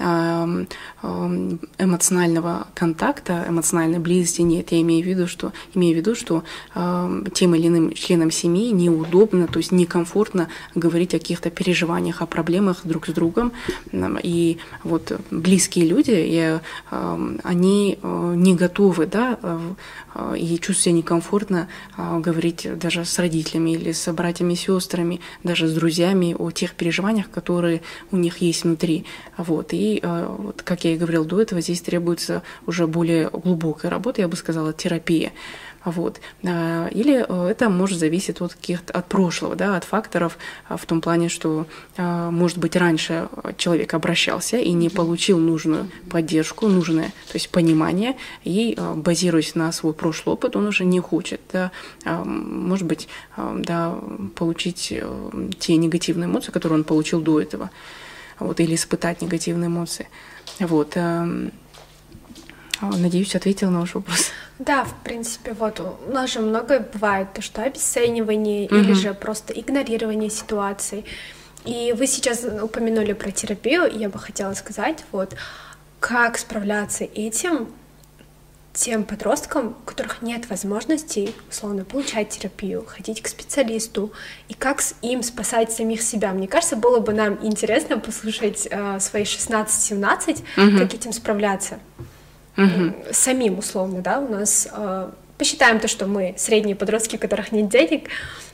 эмоционального контакта, эмоциональной близости нет. Я имею в виду, что, имею в виду, что э, тем или иным членам семьи неудобно, то есть некомфортно говорить о каких-то переживаниях, о проблемах друг с другом. И вот близкие люди, я, э, они э, не готовы, да, э, и чувствуют себя некомфортно э, говорить даже с родителями или с братьями и сестрами, даже с друзьями о тех переживаниях, которые у них есть внутри. Вот. И И, вот, как я и говорила до этого, здесь требуется уже более глубокая работа, я бы сказала, терапия. Вот. Или это может зависеть от каких-то от прошлого, да, от факторов в том плане, что, может быть, раньше человек обращался и не получил нужную поддержку, нужное, то есть понимание, и, базируясь на свой прошлый опыт, он уже не хочет, да, может быть, да, получить те негативные эмоции, которые он получил до этого. Вот, или испытать негативные эмоции. Вот. Надеюсь, ответила на ваш вопрос. Да, в принципе, вот у нас же многое бывает, то, что обесценивание угу. или же просто игнорирование ситуации. И вы сейчас упомянули про терапию, и я бы хотела сказать, вот, как справляться этим тем подросткам, у которых нет возможности, условно, получать терапию, ходить к специалисту, и как им спасать самих себя. Мне кажется, было бы нам интересно послушать э, свои шестнадцать-семнадцать, uh-huh. как этим справляться. Uh-huh. Самим, условно, да, у нас... Э, посчитаем то, что мы средние подростки, у которых нет денег,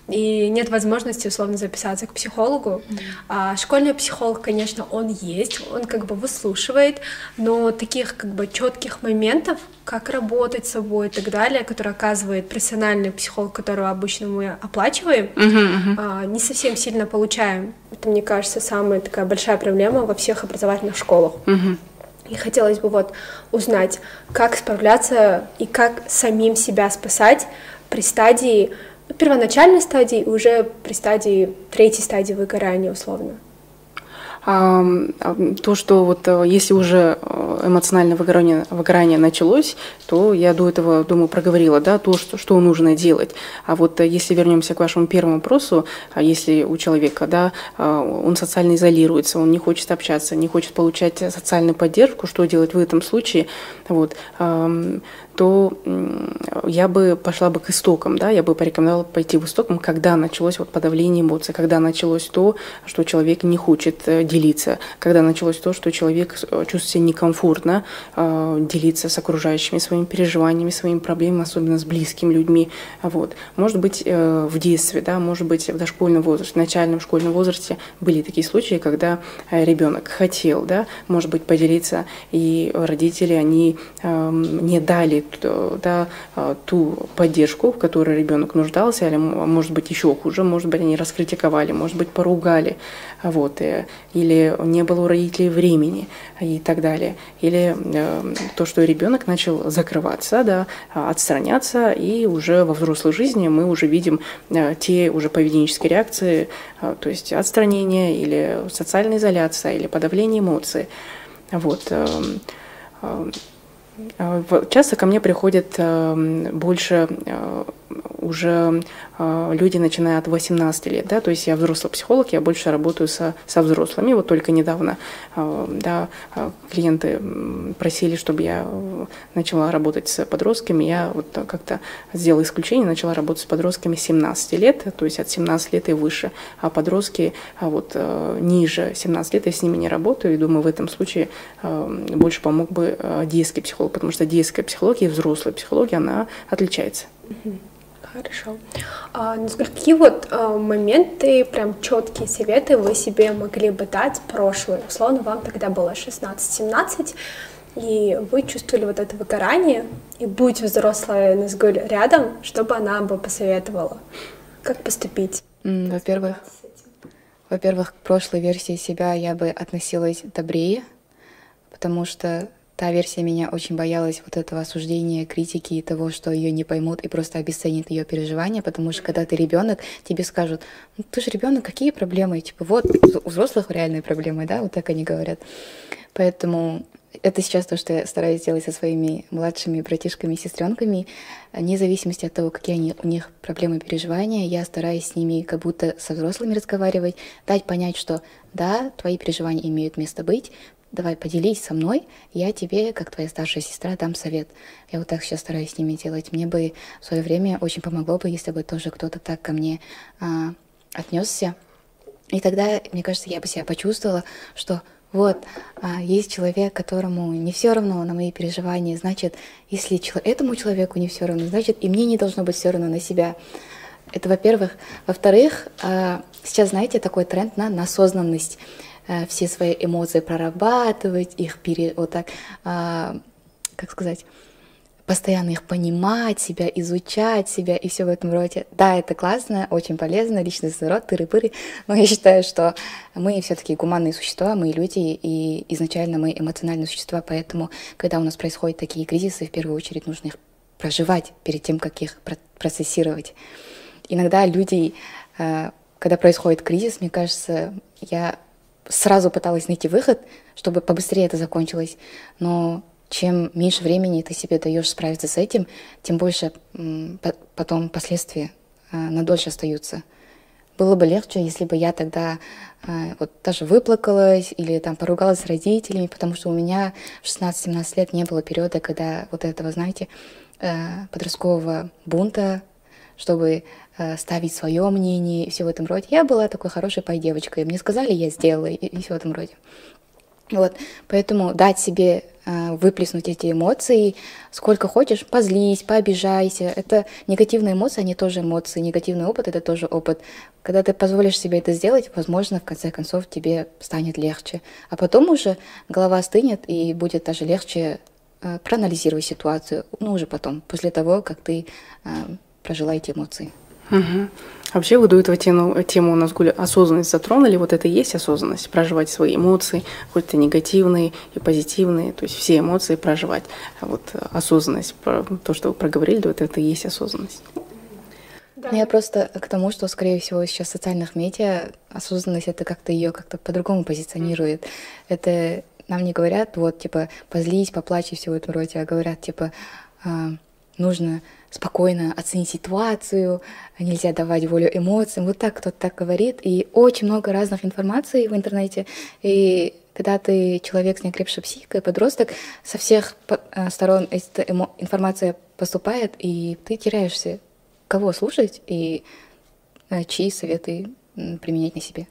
и нет возможности условно записаться к психологу. Mm-hmm. А школьный психолог, конечно, он есть, он как бы выслушивает, но таких как бы четких моментов, как работать с собой и так далее, которые оказывает профессиональный психолог, которого обычно мы оплачиваем, mm-hmm. а, не совсем сильно получаем. Это, мне кажется, самая такая большая проблема во всех образовательных школах. Mm-hmm. И хотелось бы вот узнать, как справляться и как самим себя спасать при стадии, ну, первоначальной стадии и уже при стадии, третьей стадии выгорания условно. А, то, что вот если уже эмоциональное выгорание, выгорание началось, то я до этого, думаю, проговорила, да, то, что, что нужно делать. А вот если вернемся к вашему первому вопросу, если у человека, да, он социально изолируется, он не хочет общаться, не хочет получать социальную поддержку, что делать в этом случае, вот, то я бы пошла бы к истокам, да, я бы порекомендовала пойти в истокам, когда началось вот подавление эмоций, когда началось то, что человек не хочет делиться, когда началось то, что человек чувствует себя некомфортно делиться с окружающими своими переживаниями, своими проблемами, особенно с близкими людьми. Вот. Может быть, в детстве, да, может быть, в дошкольном возрасте, в начальном школьном возрасте были такие случаи, когда ребенок хотел, да, может быть, поделиться, и родители, они не дали, да, ту поддержку, в которой ребенок нуждался, или, может быть, еще хуже, может быть, они раскритиковали, может быть, поругали, вот, или не было у родителей времени и так далее, или то, что ребенок начал закрываться, да, отстраняться, и уже во взрослой жизни мы уже видим те уже поведенческие реакции, то есть отстранение или социальная изоляция, или подавление эмоций, вот. Часто ко мне приходят больше уже люди, начиная от восемнадцати лет, да, то есть я взрослый психолог, я больше работаю со, со взрослыми, вот только недавно, да, клиенты просили, чтобы я начала работать с подростками, я вот как-то сделала исключение, начала работать с подростками семнадцати лет, то есть от семнадцати лет и выше, а подростки вот ниже семнадцати лет, я с ними не работаю, и думаю, в этом случае больше помог бы детский психолог, потому что детская психология и взрослая психология, она отличается. Хорошо. А, ну, какие вот а, моменты, прям четкие советы вы себе могли бы дать прошлое? Условно, вам тогда было шестнадцать-семнадцать, и вы чувствовали вот это выгорание, и будь взрослая Назгуль рядом, чтобы она бы посоветовала, как поступить? Во-первых, во-первых, к прошлой версии себя я бы относилась добрее, потому что та версия меня очень боялась вот этого осуждения, критики и того, что ее не поймут и просто обесценят ее переживания, потому что когда ты ребенок, тебе скажут: ну, ты же ребенок, какие проблемы? И, типа, вот у взрослых реальные проблемы, да, вот так они говорят. Поэтому это сейчас то, что я стараюсь делать со своими младшими братишками и сестренками. Вне зависимости от того, какие они, у них проблемы, переживания, я стараюсь с ними как будто со взрослыми разговаривать, дать понять, что да, твои переживания имеют место быть, давай поделись со мной, я тебе, как твоя старшая сестра, дам совет. Я вот так сейчас стараюсь с ними делать. Мне бы в свое время очень помогло бы, если бы тоже кто-то так ко мне а, отнесся. И тогда, мне кажется, я бы себя почувствовала, что вот, а, есть человек, которому не все равно на мои переживания. Значит, если чел- этому человеку не все равно, значит, и мне не должно быть все равно на себя. Это, во-первых. Во-вторых, а, сейчас, знаете, такой тренд на, на осознанность. Все свои эмоции прорабатывать, их пере, вот так, а, как сказать, постоянно их понимать, себя изучать, себя и все в этом роде. Да, это классно, очень полезно, личностный рост, тыры-пыры, но я считаю, что мы все-таки гуманные существа, мы люди, и изначально мы эмоциональные существа, поэтому, когда у нас происходят такие кризисы, в первую очередь нужно их проживать перед тем, как их процессировать. Иногда люди, когда происходит кризис, мне кажется, я сразу пыталась найти выход, чтобы побыстрее это закончилось, но чем меньше времени ты себе даешь справиться с этим, тем больше м, потом последствия э, надольше остаются. Было бы легче, если бы я тогда э, вот даже выплакалась или там поругалась с родителями, потому что у меня в шестнадцать-семнадцать лет не было периода, когда вот этого, знаете, э, подросткового бунта, чтобы э, ставить свое мнение и все в этом роде. Я была такой хорошей пай-девочкой. Мне сказали, я сделала, и, и все в этом роде. Вот. Поэтому дать себе выплеснуть эти эмоции сколько хочешь, позлись, пообижайся. Это негативные эмоции, они тоже эмоции, негативный опыт — это тоже опыт. Когда ты позволишь себе это сделать, возможно, в конце концов тебе станет легче. А потом уже голова остынет, и будет даже легче э, проанализировать ситуацию, ну уже потом, после того, как ты э, прожила эти эмоции. Угу. Вообще, вы до этого тему, тему у нас Гуля, осознанность затронули. Вот это и есть осознанность, проживать свои эмоции, хоть это негативные и позитивные, то есть все эмоции проживать. А вот осознанность, то, что вы проговорили, вот это и есть осознанность. Да. Я просто к тому, что, скорее всего, сейчас в социальных медиа осознанность это как-то ее как-то по-другому позиционирует. Это нам не говорят, вот, типа, позлись, поплачь и все в этом роде, а говорят, типа, нужно спокойно оценить ситуацию, нельзя давать волю эмоциям. Вот так кто-то так говорит. И очень много разных информации в интернете. И когда ты человек с неокрепшей психикой, подросток, со всех сторон эта информация поступает, и ты теряешься, кого слушать и чьи советы применять на себе.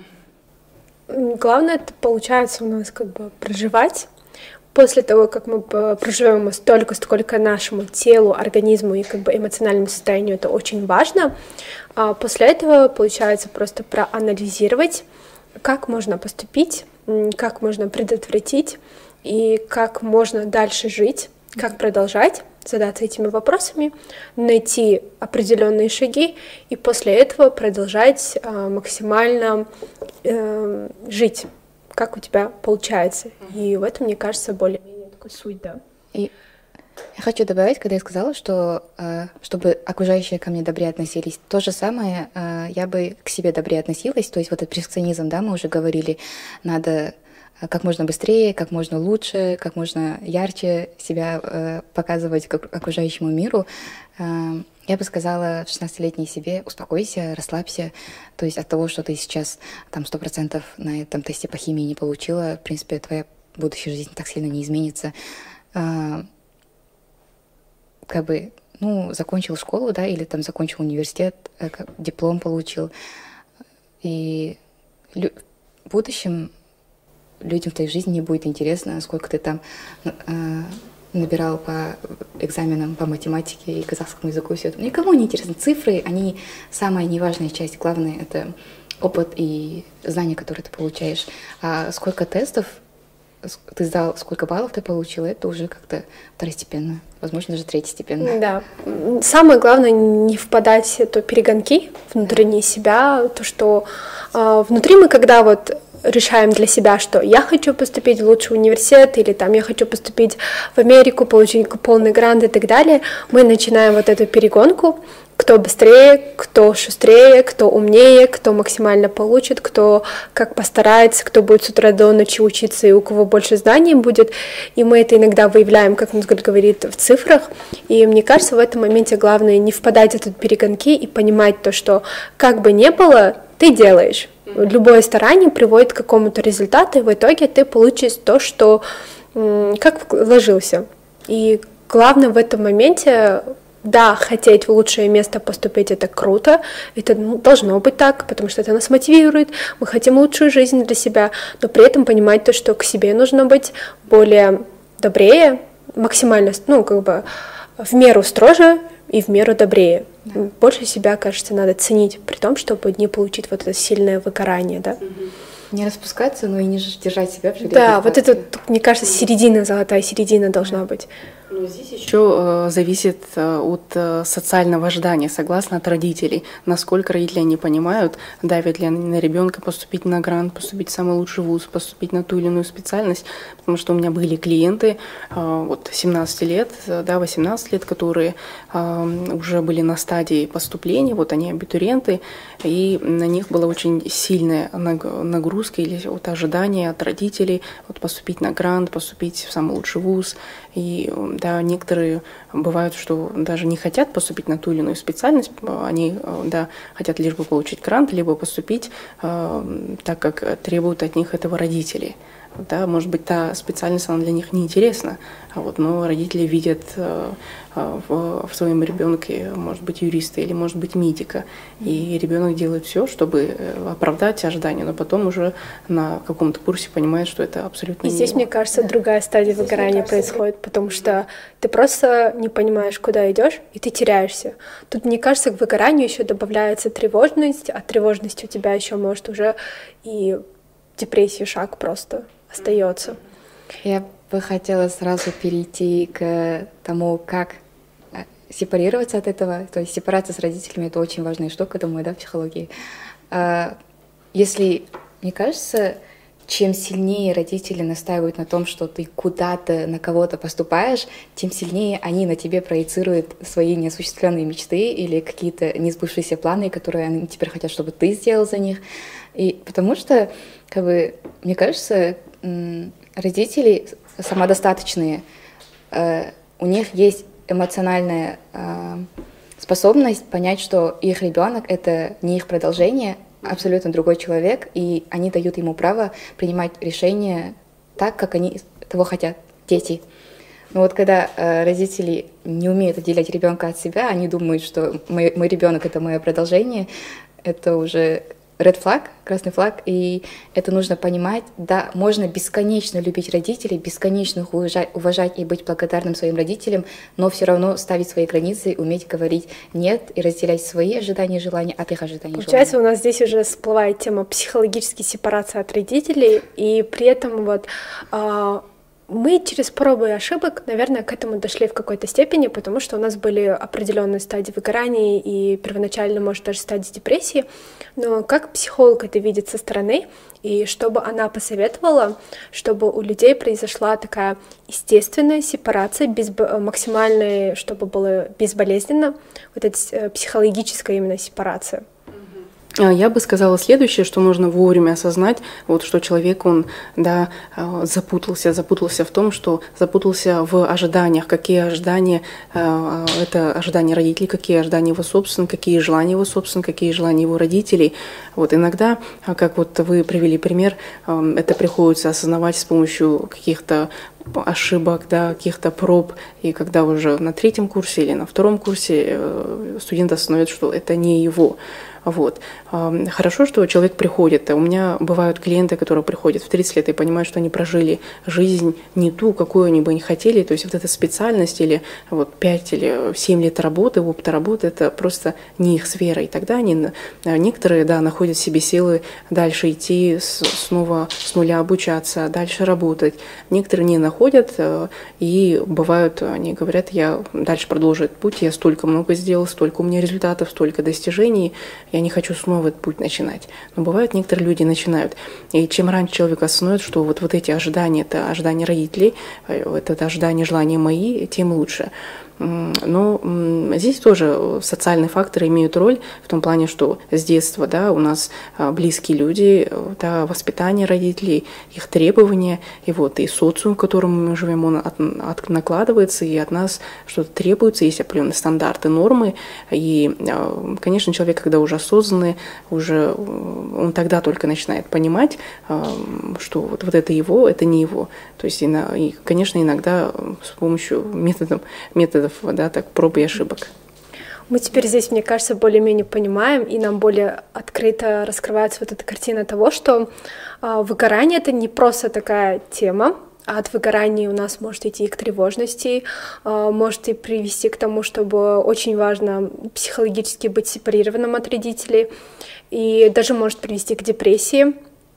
Главное, это получается у нас как бы проживать. После того, как мы проживем столько, сколько нашему телу, организму и как бы эмоциональному состоянию, это очень важно. А после этого получается просто проанализировать, как можно поступить, как можно предотвратить и как можно дальше жить, как продолжать, задаться этими вопросами, найти определенные шаги и после этого продолжать а, максимально э, жить, как у тебя получается. И в этом, мне кажется, более-менее такой суть, да. И я хочу добавить, когда я сказала, что чтобы окружающие ко мне добрее относились, то же самое я бы к себе добрее относилась. То есть вот этот перфекционизм, да, мы уже говорили, надо как можно быстрее, как можно лучше, как можно ярче себя показывать к окружающему миру. Я бы сказала шестнадцатилетней себе: успокойся, расслабься. То есть от того, что ты сейчас там сто процентов на этом тесте по химии не получила, в принципе, твоя будущая жизнь так сильно не изменится. А, как бы, ну, закончил школу, да, или там закончил университет, диплом получил. И лю- в будущем людям в твоей жизни не будет интересно, сколько ты там а, набирал по экзаменам по математике и казахскому языку, все это. Никому не интересно. Цифры, они самая неважная часть. Главное — это опыт и знания, которые ты получаешь. А сколько тестов ты сдал, сколько баллов ты получил, это уже как-то второстепенно. Возможно, даже третьестепенно. Да. Самое главное — не впадать в то перегонки внутренние себя, то, что э, внутри мы, когда вот решаем для себя, что я хочу поступить в лучший университет, или там я хочу поступить в Америку, получить полный грант и так далее, мы начинаем вот эту перегонку, кто быстрее, кто шустрее, кто умнее, кто максимально получит, кто как постарается, кто будет с утра до ночи учиться и у кого больше знаний будет. И мы это иногда выявляем, как Назгуль говорит, в цифрах. И мне кажется, в этом моменте главное не впадать в эти перегонки и понимать то, что как бы ни было, ты делаешь. Любое старание приводит к какому-то результату, и в итоге ты получишь то, что как вложился. И главное в этом моменте, да, хотеть в лучшее место поступить — это круто, это должно быть так, потому что это нас мотивирует, мы хотим лучшую жизнь для себя, но при этом понимать то, что к себе нужно быть более добрее, максимально, ну, как бы в меру строже и в меру добрее. Да. Больше себя, кажется, надо ценить, при том, чтобы не получить вот это сильное выгорание, да. Не распускаться, но и не держать себя в железной Да, вот это, мне кажется, середина, золотая середина должна быть. Но здесь еще э, зависит э, от э, социального ожидания, согласно от родителей. Насколько родители не понимают, давят ли они на ребенка поступить на грант, поступить в самый лучший вуз, поступить на ту или иную специальность. Потому что у меня были клиенты э, вот семнадцать лет, да, восемнадцать лет, которые э, уже были на стадии поступления, вот они абитуриенты, и на них была очень сильная нагрузка или вот ожидание от родителей вот поступить на грант, поступить в самый лучший вуз. И да, некоторые бывают, что даже не хотят поступить на ту или иную специальность, они да, хотят лишь бы получить грант, либо поступить, э, так как требуют от них этого родители. Да, может быть, та специальность, она для них неинтересна, а вот, но родители видят э, в, в своем ребенке, может быть, юриста или, может быть, медика, и ребенок делает все, чтобы оправдать ожидания, но потом уже на каком-то курсе понимает, что это абсолютно и не здесь, его. мне кажется, другая стадия здесь выгорания происходит, потому что ты просто не понимаешь, куда идешь, и ты теряешься. Тут, мне кажется, к выгоранию еще добавляется тревожность, а тревожность у тебя еще может уже и депрессию шаг просто остается. Я бы хотела сразу перейти к тому, как сепарироваться от этого. То есть сепарация с родителями — это очень важная штука, думаю, да, в психологии. Если, мне кажется, чем сильнее родители настаивают на том, что ты куда-то на кого-то поступаешь, тем сильнее они на тебе проецируют свои неосуществленные мечты или какие-то несбывшиеся планы, которые они теперь хотят, чтобы ты сделал за них. И потому что, как бы, мне кажется, родители самодостаточные, у них есть эмоциональная способность понять, что их ребенок — это не их продолжение, абсолютно другой человек, и они дают ему право принимать решения так, как они того хотят, дети. Но вот когда э, родители не умеют отделять ребенка от себя, они думают, что мой, мой ребенок — это мое продолжение, это уже red flag, красный флаг, и это нужно понимать. Да, можно бесконечно любить родителей, бесконечно их уважать, уважать и быть благодарным своим родителям, но все равно ставить свои границы, уметь говорить «нет» и разделять свои ожидания и желания от их ожиданий и желаний. Получается, у нас здесь уже всплывает тема психологической сепарации от родителей, и при этом вот а, мы через пробы и ошибок, наверное, к этому дошли в какой-то степени, потому что у нас были определенные стадии выгорания и первоначально, может, даже стадии депрессии. Но как психолог это видит со стороны, и что бы она посоветовала, чтобы у людей произошла такая естественная сепарация, без, максимальная, чтобы было безболезненно, вот эта психологическая именно сепарация? Я бы сказала следующее, что нужно вовремя осознать, вот, что человек, он, да, запутался, запутался в том, что запутался в ожиданиях, какие ожидания, это ожидания родителей, какие ожидания его собственных, какие желания его собственных, какие желания его родителей. Вот иногда, как вот вы привели пример, это приходится осознавать с помощью каких-то ошибок, да, каких-то проб, и когда уже на третьем курсе или на втором курсе студент осознает, что это не его. Вот. Хорошо, что человек приходит. У меня бывают клиенты, которые приходят в тридцать лет и понимают, что они прожили жизнь не ту, какую они бы не хотели. То есть вот эта специальность или вот пять или семь лет работы, опыта работы, это просто не их сфера. И тогда они, некоторые, да, находят в себе силы дальше идти, снова с нуля обучаться, дальше работать. Некоторые не находят, и бывают, они говорят, я дальше продолжу этот путь, я столько много сделал, столько у меня результатов, столько достижений, я не хочу снова этот путь начинать. Но бывают, некоторые люди начинают. И чем раньше человек осознает, что вот, вот эти ожидания, это ожидания родителей, это ожидания, желания мои, тем лучше. Но здесь тоже социальные факторы имеют роль в том плане, что с детства, да, у нас близкие люди, да, воспитание родителей, их требования, и вот и социум, в котором мы живем, он от, от, накладывается, и от нас что-то требуется, есть определенные стандарты, нормы, и, конечно, человек, когда уже осознанный, уже он тогда только начинает понимать, что вот, вот это его, это не его. То есть, и, конечно, иногда с помощью методов, методов да, так, проб и ошибок. Мы теперь здесь, мне кажется, более-менее понимаем, и нам более открыто раскрывается вот эта картина того, что э, выгорание — это не просто такая тема, а от выгорания у нас может идти и к тревожности, э, может и привести к тому, чтобы очень важно психологически быть сепарированным от родителей, и даже может привести к депрессии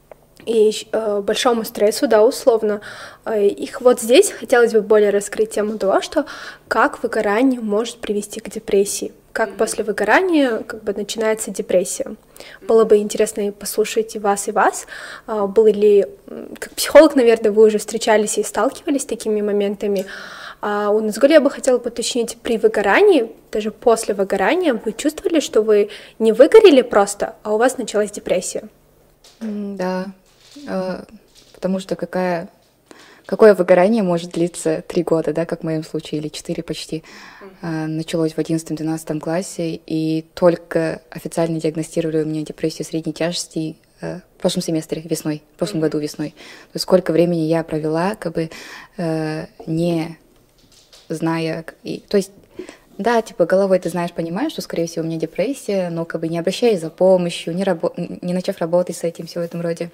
и э, большому стрессу, да, условно. Их вот здесь хотелось бы более раскрыть тему того, что как выгорание может привести к депрессии, как после выгорания как бы начинается депрессия. Было бы интересно послушать и вас, и вас. Было ли, как психолог, наверное, вы уже встречались и сталкивались с такими моментами. А у Назгуль я бы хотела уточнить, при выгорании, даже после выгорания, вы чувствовали, что вы не выгорели просто, а у вас началась депрессия? Да, потому что какая, какое выгорание может длиться три года, да, как в моем случае, или четыре почти. Началось в одиннадцатом-двенадцатом классе, и только официально диагностировали у меня депрессию средней тяжести в прошлом семестре, весной, в прошлом году весной. То есть сколько времени я провела, как бы не зная... И, то есть, да, типа головой ты знаешь, понимаешь, что, скорее всего, у меня депрессия, но как бы не обращаясь за помощью, не, рабо... не начав работать с этим, все в этом роде.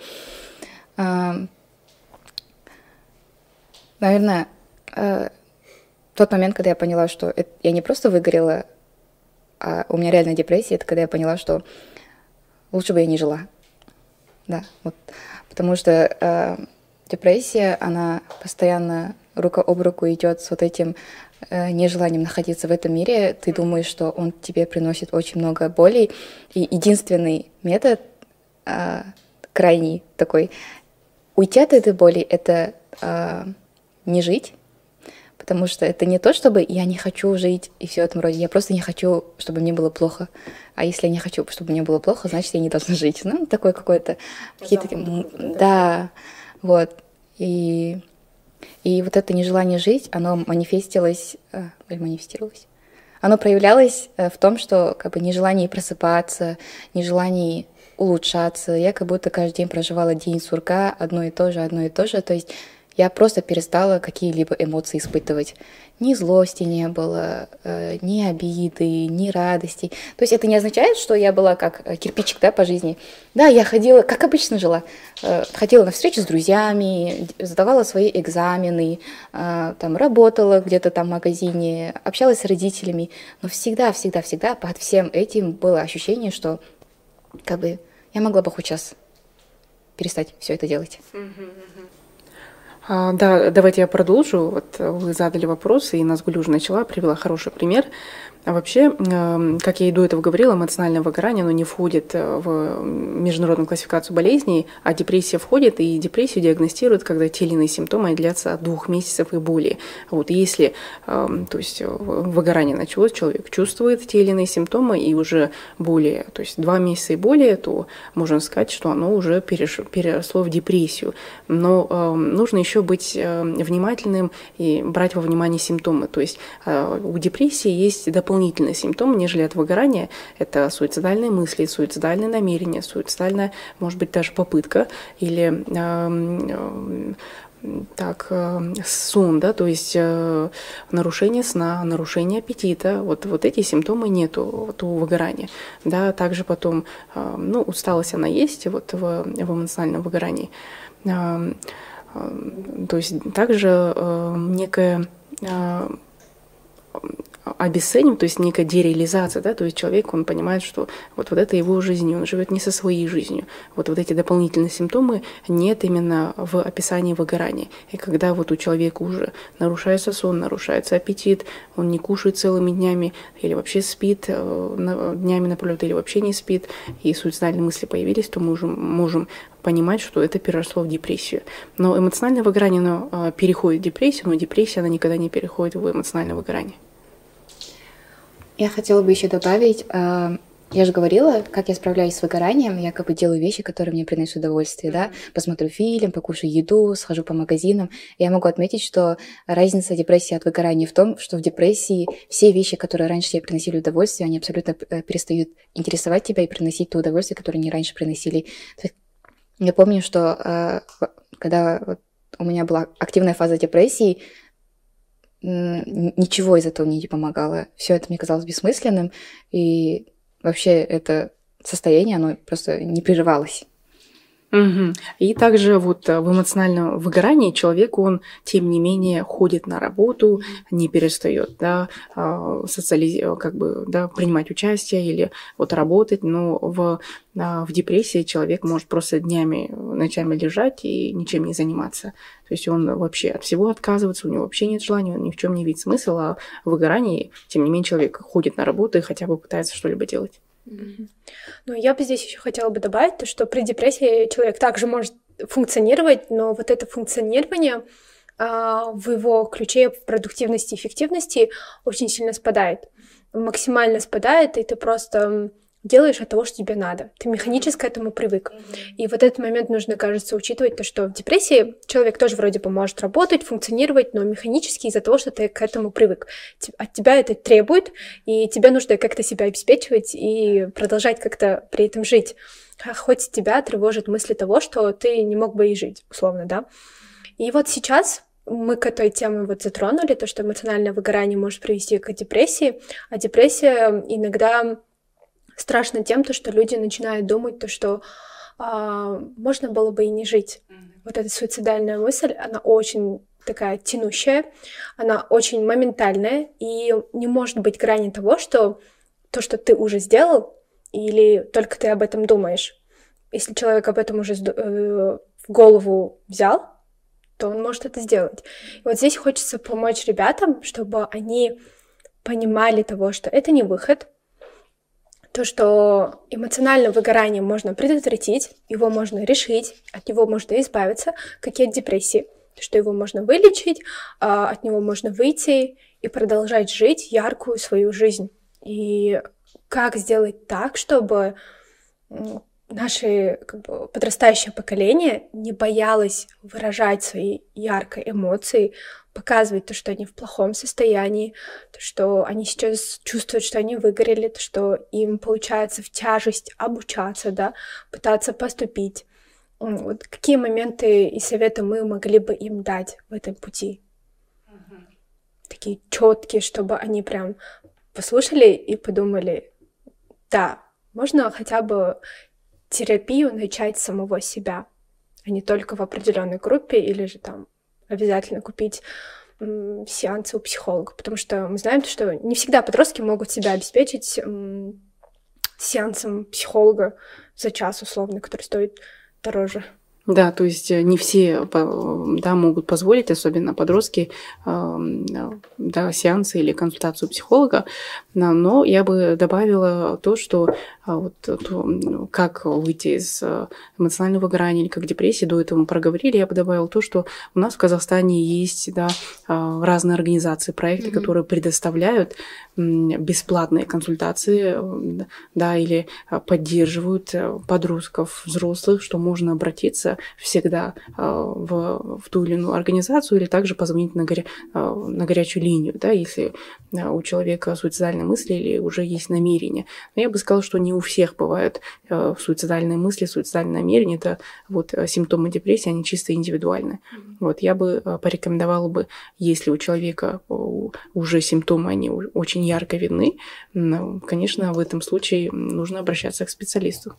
Наверное, тот момент, когда я поняла, что это... я не просто выгорела, а у меня реально депрессия, это когда я поняла, что лучше бы я не жила. Да, вот. Потому что э, депрессия, она постоянно рука об руку идет с вот этим э, нежеланием находиться в этом мире. Ты думаешь, что он тебе приносит очень много болей. И единственный метод, э, крайний такой, уйти от этой боли, это э, не жить. Потому что это не то, чтобы я не хочу жить и все в этом роде. Я просто не хочу, чтобы мне было плохо. А если я не хочу, чтобы мне было плохо, значит, я не должна жить. Ну, такое какое-то... Какие-то... Да, вот. И, и вот это нежелание жить, оно манифестилось... Или манифестировалось? Оно проявлялось в том, что как бы нежелание просыпаться, нежелание улучшаться. Я как будто каждый день проживала день сурка, одно и то же, одно и то же. То есть я просто перестала какие-либо эмоции испытывать. Ни злости не было, э, ни обиды, ни радости. То есть это не означает, что я была как кирпичик, да, по жизни. Да, я ходила, как обычно жила. Э, ходила на встречи с друзьями, сдавала свои экзамены, э, там, работала где-то там в магазине, общалась с родителями. Но всегда, всегда, всегда под всем этим было ощущение, что как бы я могла бы хоть сейчас перестать все это делать. А, да, давайте я продолжу. Вот вы задали вопрос, и Назгуль уже начала, привела хороший пример. А вообще, как я и до этого говорила, эмоциональное выгорание, оно не входит в международную классификацию болезней, а депрессия входит, и депрессию диагностируют, когда те или иные симптомы длятся от двух месяцев и более. Вот если, то есть, выгорание началось, человек чувствует те или иные симптомы, и уже более, то есть два месяца и более, то можно сказать, что оно уже переросло в депрессию. Но нужно еще быть внимательным и брать во внимание симптомы. То есть у депрессии есть дополнительные дополнительные симптомы, нежели от выгорания. Это суицидальные мысли, суицидальные намерения, суицидальная, может быть, даже попытка или э, э, так, э, сон, да, то есть э, нарушение сна, нарушение аппетита. Вот, вот эти симптомы нету вот, у выгорания. Да, также потом, э, ну, усталость она есть вот, в, в эмоциональном выгорании. Э, э, то есть также э, некая э, обесценим, то есть некая дереализация, да, то есть человек, он понимает, что вот, вот это его жизнь, он живет не со своей жизнью. Вот, вот эти дополнительные симптомы нет именно в описании выгорания. И когда вот у человека уже нарушается сон, нарушается аппетит, он не кушает целыми днями, или вообще спит днями напролет, или вообще не спит, и суицидальные мысли появились, то мы уже можем понимать, что это переросло в депрессию. Но эмоциональное выгорание, оно переходит в депрессию, но депрессия, она никогда не переходит в эмоциональное выгорание. Я хотела бы еще добавить, э, я же говорила, как я справляюсь с выгоранием, я как бы делаю вещи, которые мне приносят удовольствие, да, посмотрю фильм, покушаю еду, схожу по магазинам. Я могу отметить, что разница депрессии от выгорания в том, что в депрессии все вещи, которые раньше тебе приносили удовольствие, они абсолютно перестают интересовать тебя и приносить то удовольствие, которое они раньше приносили. Я помню, что э, когда у меня была активная фаза депрессии, ничего из этого мне не помогало. Все это мне казалось бессмысленным, и вообще это состояние, оно просто не прерывалось. Угу. И также вот в эмоциональном выгорании человек, он, тем не менее, ходит на работу, не перестает, да, социализ... как бы, да, принимать участие или вот работать, но в, в депрессии человек может просто днями, ночами лежать и ничем не заниматься. То есть он вообще от всего отказывается, у него вообще нет желания, он ни в чем не видит смысла, а в выгорании, тем не менее, человек ходит на работу и хотя бы пытается что-либо делать. Mm-hmm. Ну, я бы здесь еще хотела бы добавить то, что при депрессии человек также может функционировать, но вот это функционирование а, в его ключе в продуктивности и эффективности очень сильно спадает, максимально спадает, и ты просто делаешь от того, что тебе надо. Ты механически к этому привык. И вот этот момент нужно, кажется, учитывать, то, что в депрессии человек тоже вроде бы может работать, функционировать, но механически из-за того, что ты к этому привык. От тебя это требует, и тебе нужно как-то себя обеспечивать и продолжать как-то при этом жить. Хоть тебя тревожат мысли того, что ты не мог бы и жить, условно, да. И вот сейчас мы к этой теме вот затронули, то, что эмоциональное выгорание может привести к депрессии, а депрессия иногда страшно тем, то, что люди начинают думать, то, что а, можно было бы и не жить. Mm-hmm. Вот эта суицидальная мысль, она очень такая тянущая, она очень моментальная, и не может быть грани того, что то, что ты уже сделал, или только ты об этом думаешь. Если человек об этом уже э, в голову взял, то он может это сделать. И вот здесь хочется помочь ребятам, чтобы они понимали того, что это не выход, то, что эмоциональное выгорание можно предотвратить, его можно решить, от него можно избавиться, как и от депрессии, что его можно вылечить, от него можно выйти и продолжать жить яркую свою жизнь. И как сделать так, чтобы наше как бы, подрастающее поколение не боялось выражать свои яркие эмоции, показывать то, что они в плохом состоянии, то, что они сейчас чувствуют, что они выгорели, то, что им получается в тяжесть обучаться, да, пытаться поступить. Вот какие моменты и советы мы могли бы им дать в этом пути? Mm-hmm. Такие четкие, чтобы они прям послушали и подумали, да, можно хотя бы терапию начать с самого себя, а не только в определенной группе или же там обязательно купить м, сеансы у психолога, потому что мы знаем, что не всегда подростки могут себя обеспечить м, сеансом психолога за час условно, который стоит дороже. Да, то есть не все, да, могут позволить, особенно подростки, да, сеансы или консультацию психолога, но я бы добавила то, что вот, то, как выйти из эмоционального выгорания или как депрессии, до этого мы проговорили, я бы добавила то, что у нас в Казахстане есть, да, разные организации, проекты, mm-hmm. которые предоставляют бесплатные консультации, да, или поддерживают подростков, взрослых, что можно обратиться всегда в, в ту или иную организацию, или также позвонить на, горя, на горячую линию, да, если у человека суицидальные мысли или уже есть намерение. Но я бы сказала, что не у всех бывают суицидальные мысли, суицидальные намерения. Это вот симптомы депрессии, они чисто индивидуальны. Mm-hmm. Вот я бы порекомендовала бы, если у человека уже симптомы, они очень ярко видны, конечно, в этом случае нужно обращаться к специалисту.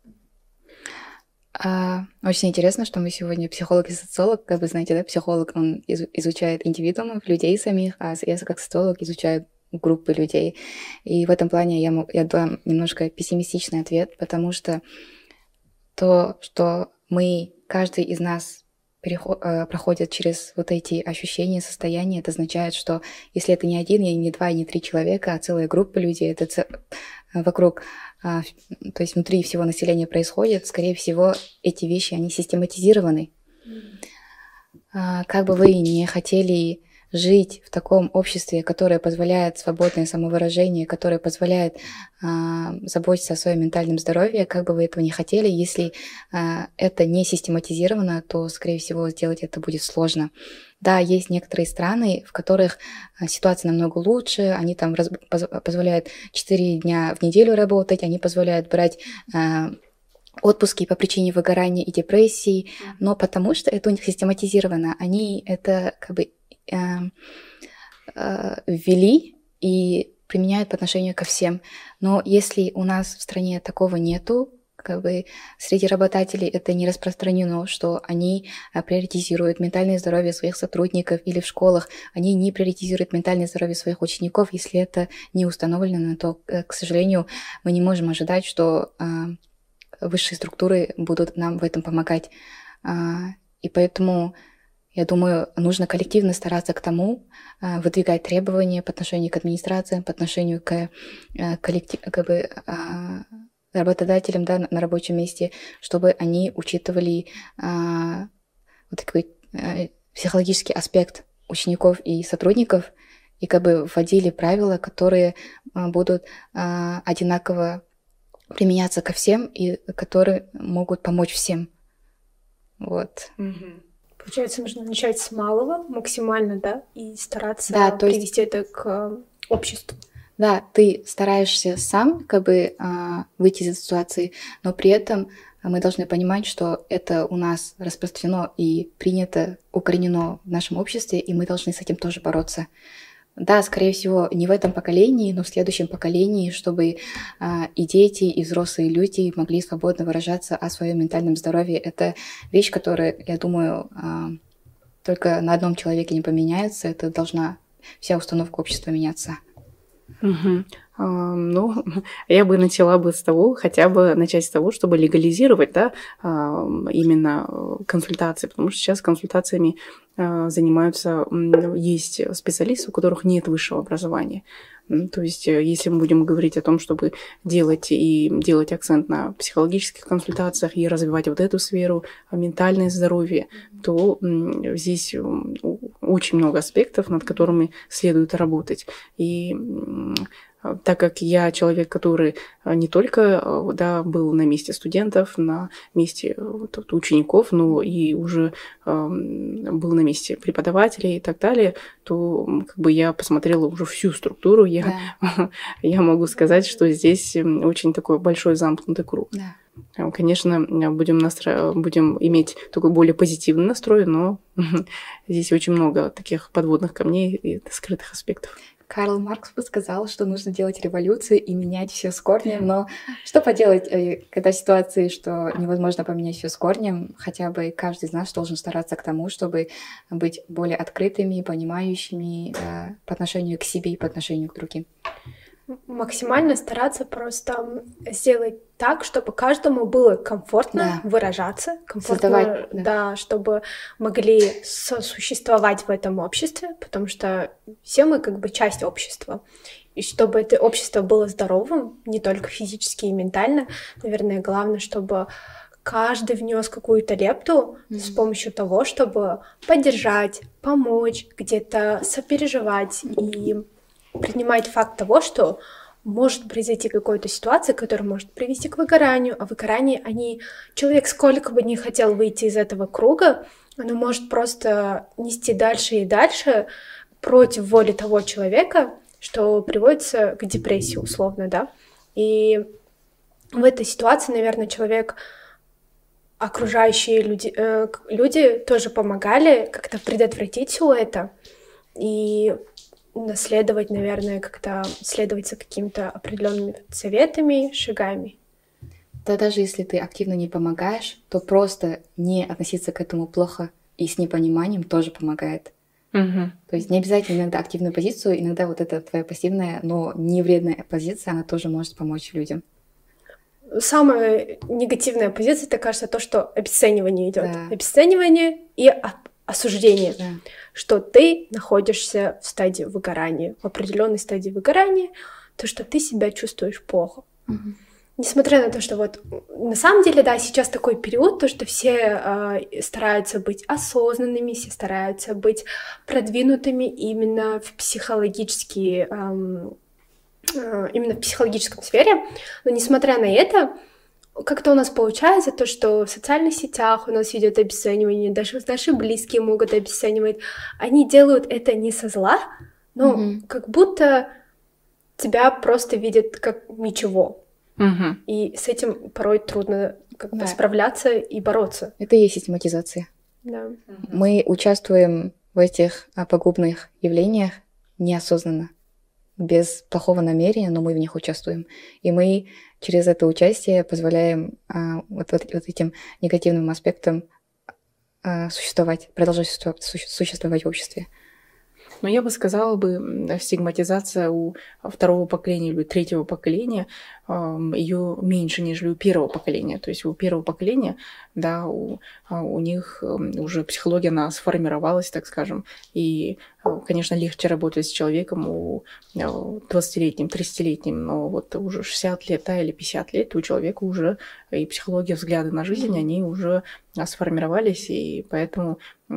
А, очень интересно, что мы сегодня психолог и социолог. Как вы знаете, да, психолог, он изучает индивидуумов, людей самих, а я как социолог изучаю группы людей. И в этом плане я, я дам немножко пессимистичный ответ, потому что то, что мы, каждый из нас переход, проходит через вот эти ощущения, состояния, это означает, что если это не один, и не два, и не три человека, а целая группа людей, это ц... вокруг, то есть внутри всего населения происходит, скорее всего, эти вещи, они систематизированы. Mm. Как бы вы ни хотели жить в таком обществе, которое позволяет свободное самовыражение, которое позволяет а, заботиться о своем ментальном здоровье, как бы вы этого не хотели, если а, это не систематизировано, то, скорее всего, сделать это будет сложно. Да, есть некоторые страны, в которых ситуация намного лучше, они там раз, поз, позволяют четыре дня в неделю работать, они позволяют брать а, отпуски по причине выгорания и депрессии, но потому что это у них систематизировано, они это как бы ввели и применяют по отношению ко всем. Но если у нас в стране такого нету, как бы среди работодателей это не распространено, что они приоритизируют ментальное здоровье своих сотрудников, или в школах они не приоритизируют ментальное здоровье своих учеников, если это не установлено, то, к сожалению, мы не можем ожидать, что высшие структуры будут нам в этом помогать. И поэтому я думаю, нужно коллективно стараться к тому, выдвигать требования по отношению к администрациям, по отношению к коллектив, как бы, работодателям, да, на рабочем месте, чтобы они учитывали вот такой психологический аспект учеников и сотрудников и как бы вводили правила, которые будут одинаково применяться ко всем и которые могут помочь всем. Вот. Угу. Получается, нужно начать с малого максимально, да, и стараться да, то привести есть... это к обществу. Да, ты стараешься сам как бы выйти из этой ситуации, но при этом мы должны понимать, что это у нас распространено и принято, укоренено в нашем обществе, и мы должны с этим тоже бороться. Да, скорее всего, не в этом поколении, но в следующем поколении, чтобы а, и дети, и взрослые люди могли свободно выражаться о своем ментальном здоровье. Это вещь, которая, я думаю, а, только на одном человеке не поменяется. Это должна вся установка общества меняться. Угу. А, ну, я бы начала бы с того, хотя бы начать с того, чтобы легализировать, да, а, именно консультации, потому что сейчас консультациями а, занимаются, есть специалисты, у которых нет высшего образования. То есть, если мы будем говорить о том, чтобы делать и делать акцент на психологических консультациях и развивать вот эту сферу, ментальное здоровье, то здесь очень много аспектов, над которыми следует работать. И так как я человек, который не только, да, был на месте студентов, на месте вот, учеников, но и уже э, был на месте преподавателей и так далее, то как бы я посмотрела уже всю структуру. Я, да. я могу сказать, что здесь очень такой большой замкнутый круг. Да. Конечно, будем, настро... будем иметь такой более позитивный настрой, но здесь очень много таких подводных камней и скрытых аспектов. Карл Маркс бы сказал, что нужно делать революцию и менять все с корнем, но что поделать, когда ситуации, что невозможно поменять все с корнем, хотя бы каждый из нас должен стараться к тому, чтобы быть более открытыми, понимающими э, по отношению к себе и по отношению к другим. Максимально стараться просто сделать так, чтобы каждому было комфортно да. выражаться, комфортно, Создавать, да. Да, чтобы могли сосуществовать в этом обществе, потому что все мы как бы часть общества. И чтобы это общество было здоровым, не только физически и ментально, наверное, главное, чтобы каждый внес какую-то лепту mm-hmm. с помощью того, чтобы поддержать, помочь, где-то сопереживать и принимать факт того, что может произойти какая-то ситуация, которая может привести к выгоранию, а выгорание, они... Человек сколько бы ни хотел выйти из этого круга, оно может просто нести дальше и дальше против воли того человека, что приводится к депрессии условно, да. И в этой ситуации, наверное, человек, окружающие люди, э, люди тоже помогали как-то предотвратить все это и наследовать, наверное, как-то следовать за какими-то определенными советами, шагами. Да, даже если ты активно не помогаешь, то просто не относиться к этому плохо и с непониманием тоже помогает. Угу. То есть не обязательно иногда активную позицию, иногда вот эта твоя пассивная, но не вредная позиция, она тоже может помочь людям. Самая негативная позиция, это, кажется, то, что обесценивание идет. Да. Обесценивание и осуждение, да. Что ты находишься в стадии выгорания, в определенной стадии выгорания, то, что ты себя чувствуешь плохо. Угу. Несмотря на то, что вот на самом деле, да, сейчас такой период, то, что все э, стараются быть осознанными, все стараются быть продвинутыми именно в психологические, э, э, именно в психологическом сфере, но несмотря на это, как-то у нас получается то, что в социальных сетях у нас идет обесценивание, даже наши близкие могут обесценивать. Они делают это не со зла, но mm-hmm. как будто тебя просто видят как ничего. Mm-hmm. И с этим порой трудно как-то да. справляться и бороться. Это и есть систематизация. Да. Mm-hmm. Мы участвуем в этих пагубных явлениях неосознанно, без плохого намерения, но мы в них участвуем. И мы через это участие позволяем а, вот, вот, вот этим негативным аспектам а, существовать, продолжать существовать в обществе. Но я бы сказала бы, стигматизация у второго поколения или третьего поколения ее меньше, нежели у первого поколения. То есть у первого поколения, да, у, у них уже психология, она сформировалась, так скажем, и конечно, легче работать с человеком у двадцатилетним, тридцатилетним, но вот уже шестьдесят лет, да, или пятьдесят лет у человека уже и психология, взгляды на жизнь, они уже сформировались, и поэтому,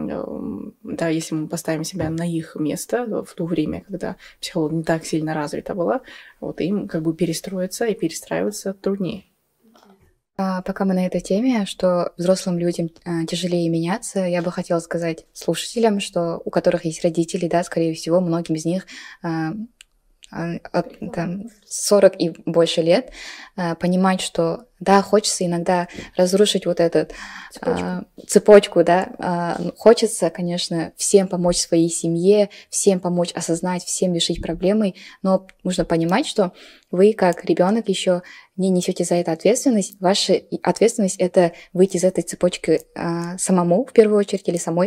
да, если мы поставим себя на их место в то время, когда психология не так сильно развита была, вот им как бы перестроиться и перестраиваться труднее. А, пока мы на этой теме, что взрослым людям а, тяжелее меняться, я бы хотела сказать слушателям, что у которых есть родители, да, скорее всего, многим из них а, а, от, там, сорок и больше лет, а, понимать, что да, хочется иногда разрушить вот эту цепочку, а, цепочку да, а, хочется, конечно, всем помочь своей семье, всем помочь осознать, всем решить проблемы, но нужно понимать, что вы как ребенок еще не несете за это ответственность. Ваша ответственность — это выйти из этой цепочки а, самому, в первую очередь, или самой.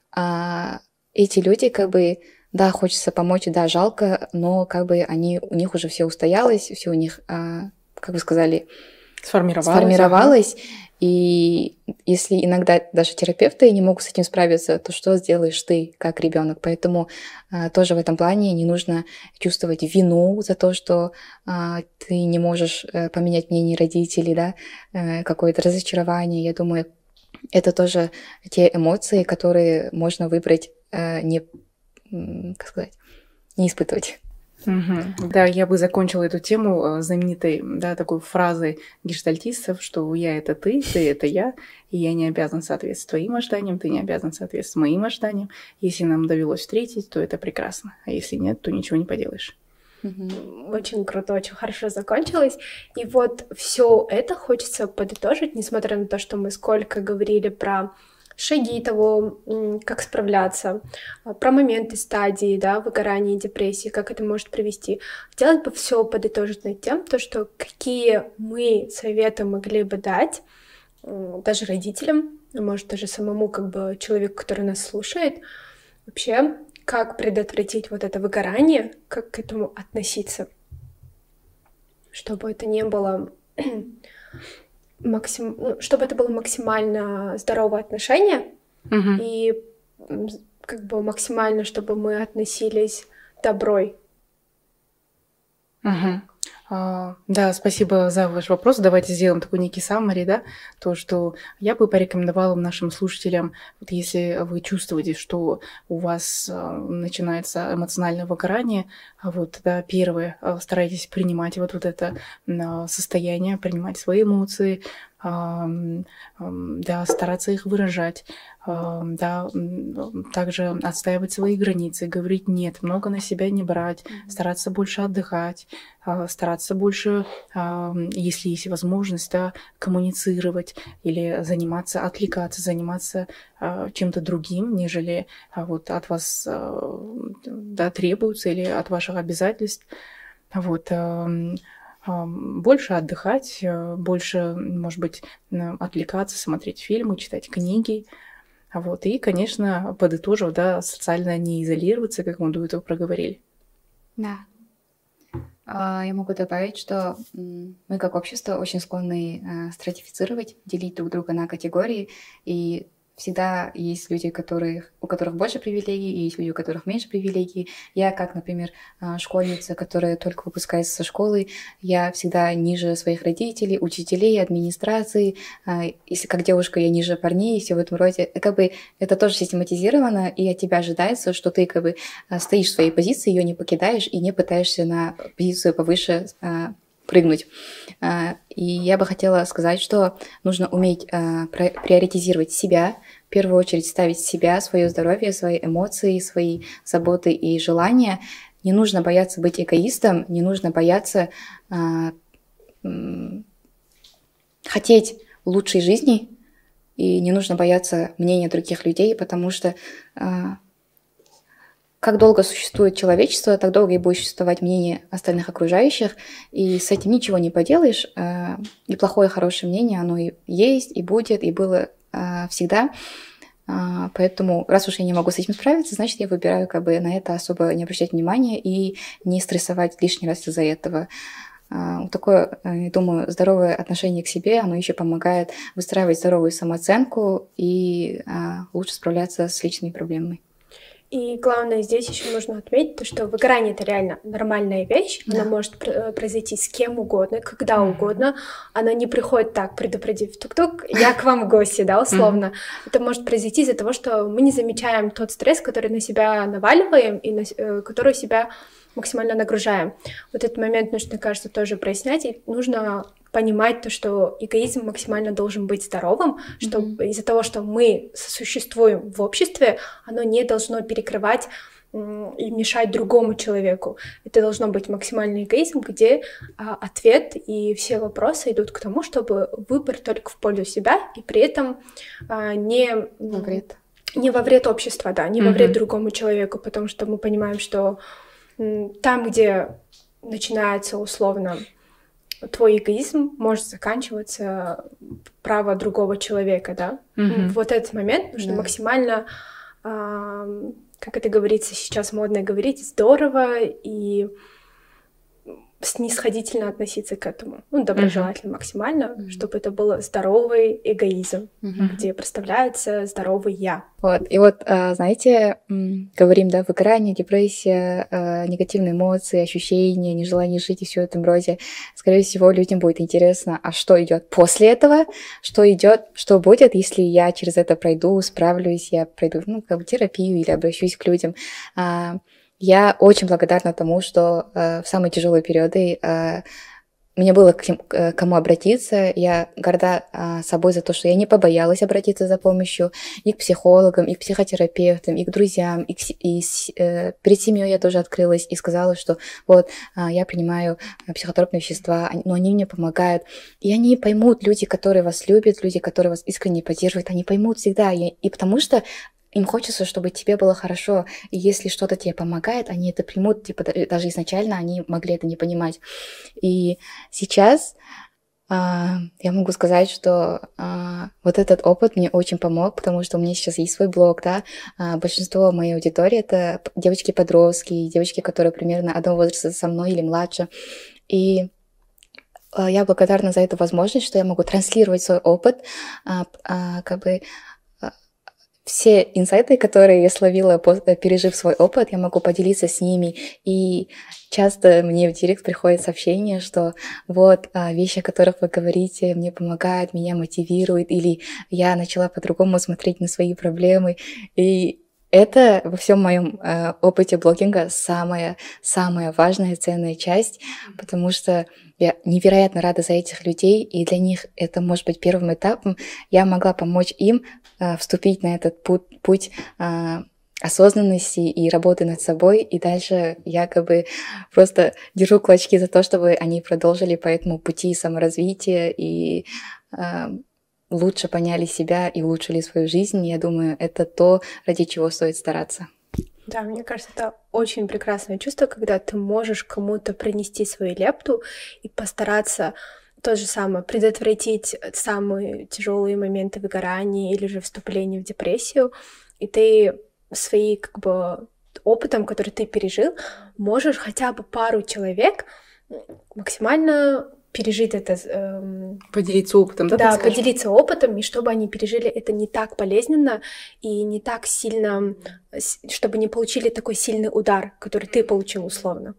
А, эти люди, как бы, да, хочется помочь, да, жалко, но как бы они, у них уже все устоялось, все у них, а, как вы сказали, сформировалось. сформировалось. Ага. И если иногда даже терапевты не могут с этим справиться, то что сделаешь ты как ребенок? Поэтому а, тоже в этом плане не нужно чувствовать вину за то, что а, ты не можешь а, поменять мнение родителей, да, а, какое-то разочарование. Я думаю, это тоже те эмоции, которые можно выбрать, а, не, как сказать, не испытывать. Угу. Да, я бы закончила эту тему знаменитой, да, такой фразой гештальтистов, что я — это ты, ты — это я, и я не обязан соответствовать твоим ожиданиям, ты не обязан соответствовать моим ожиданиям. Если нам довелось встретить, то это прекрасно, а если нет, то ничего не поделаешь. Угу. Очень круто, очень хорошо закончилось. И вот все это хочется подытожить, несмотря на то, что мы сколько говорили про шаги того, как справляться, про моменты стадии, да, выгорания и депрессии, как это может привести. Хотелось бы все подытожить над тем, то, что какие мы советы могли бы дать даже родителям, а может даже самому как бы человеку, который нас слушает, вообще, как предотвратить вот это выгорание, как к этому относиться, чтобы это не было... Максим... чтобы это было максимально здоровое отношение, угу. и как бы максимально, чтобы мы относились доброй. Угу. А, да, спасибо за ваш вопрос. Давайте сделаем такой некий саммари, да, то, что я бы порекомендовала нашим слушателям, вот если вы чувствуете, что у вас начинается эмоциональное выгорание, вот, да, первое, старайтесь принимать вот, вот это состояние, принимать свои эмоции, да, стараться их выражать, да, также отстаивать свои границы, говорить нет, много на себя не брать, mm-hmm. стараться больше отдыхать, стараться больше, если есть возможность, да, коммуницировать или заниматься, отвлекаться, заниматься чем-то другим, нежели вот от вас, да, требуется или от ваших обязательств. Вот. Больше отдыхать, больше, может быть, отвлекаться, смотреть фильмы, читать книги. Вот. И, конечно, подытожив, да, социально не изолироваться, как мы до этого проговорили. Да. Я могу добавить, что мы как общество очень склонны стратифицировать, делить друг друга на категории, и всегда есть люди, которых, у которых больше привилегий, и есть люди, у которых меньше привилегий. Я, как, например, школьница, которая только выпускается со школы, я всегда ниже своих родителей, учителей, администрации. Если как девушка, я ниже парней, и все в этом роде. Как бы это тоже систематизировано, и от тебя ожидается, что ты как бы стоишь в своей позиции, ее не покидаешь и не пытаешься на позицию повыше прыгнуть. И я бы хотела сказать, что нужно уметь приоритизировать себя, в первую очередь ставить себя, свое здоровье, свои эмоции, свои заботы и желания. Не нужно бояться быть эгоистом, не нужно бояться хотеть лучшей жизни, и не нужно бояться мнения других людей, потому что как долго существует человечество, так долго и будет существовать мнение остальных окружающих, и с этим ничего не поделаешь. И плохое, и хорошее мнение, оно и есть, и будет, и было всегда. Поэтому, раз уж я не могу с этим справиться, значит, я выбираю как бы на это особо не обращать внимания и не стрессовать лишний раз из-за этого. Такое, я думаю, здоровое отношение к себе, оно еще помогает выстраивать здоровую самооценку и лучше справляться с личными проблемами. И главное, здесь еще нужно отметить, то, что выгорание — это реально нормальная вещь, да. Она может произойти с кем угодно, когда mm-hmm. угодно, она не приходит так, предупредив тук-тук, я к вам в гости, да, условно. Mm-hmm. Это может произойти из-за того, что мы не замечаем тот стресс, который на себя наваливаем и на, который себя максимально нагружаем. Вот этот момент нужно, мне кажется, тоже прояснять, и нужно понимать то, что эгоизм максимально должен быть здоровым, что mm-hmm. из-за того, что мы сосуществуем в обществе, оно не должно перекрывать м- и мешать другому человеку. Это должно быть максимальный эгоизм, где а, ответ и все вопросы идут к тому, чтобы выбор только в пользу себя, и при этом а, не... Во вред. Не во вред общества, да, не mm-hmm. во вред другому человеку, потому что мы понимаем, что м- там, где начинается условно твой эгоизм, может заканчиваться право другого человека, да? Mm-hmm. Вот этот момент нужно yeah. максимально, э, как это говорится сейчас модно говорить, здорово и снисходительно относиться к этому, ну, доброжелательно mm-hmm. максимально, mm-hmm. чтобы это был здоровый эгоизм, mm-hmm. где проставляется здоровый я. Вот, и вот, знаете, говорим, да, выгорание, депрессия, негативные эмоции, ощущения, нежелание жить и все в этом роде. Скорее всего, людям будет интересно, а что идет после этого, что идет, что будет, если я через это пройду, справлюсь, я пройду, ну, как бы терапию или обращусь к людям. Я очень благодарна тому, что э, в самые тяжелые периоды э, мне было к, к кому обратиться. Я горда э, собой за то, что я не побоялась обратиться за помощью и к психологам, и к психотерапевтам, и к друзьям, и, к, и э, перед семьей я тоже открылась и сказала, что вот э, я принимаю психотропные вещества, но они мне помогают. И они поймут, люди, которые вас любят, люди, которые вас искренне поддерживают, они поймут всегда. И, и потому что им хочется, чтобы тебе было хорошо, и если что-то тебе помогает, они это примут, типа, даже изначально они могли это не понимать. И сейчас э, я могу сказать, что э, вот этот опыт мне очень помог, потому что у меня сейчас есть свой блог, да, э, большинство моей аудитории — это девочки-подростки, девочки, которые примерно одного возраста со мной или младше, и э, я благодарна за эту возможность, что я могу транслировать свой опыт, э, э, как бы все инсайты, которые я словила, пережив свой опыт, я могу поделиться с ними. И часто мне в директ приходит сообщение, что вот вещи, о которых вы говорите, мне помогают, меня мотивируют, или я начала по-другому смотреть на свои проблемы. И это во всем моем э, опыте блогинга самая, самая важная, ценная часть, потому что я невероятно рада за этих людей, и для них это может быть первым этапом. Я могла помочь им э, вступить на этот путь, путь э, осознанности и работы над собой, и дальше я как бы просто держу кулачки за то, чтобы они продолжили по этому пути саморазвития и э, лучше поняли себя и улучшили свою жизнь. Я думаю, это то, ради чего стоит стараться. Да, мне кажется, это очень прекрасное чувство, когда ты можешь кому-то принести свою лепту и постараться то же самое, предотвратить самые тяжелые моменты выгорания или же вступления в депрессию, и ты своим как бы опытом, который ты пережил, можешь хотя бы пару человек максимально пережить это. Эм... Поделиться опытом, да? Да, поделиться опытом, и чтобы они пережили это не так болезненно и не так сильно, чтобы не получили такой сильный удар, который ты получил условно.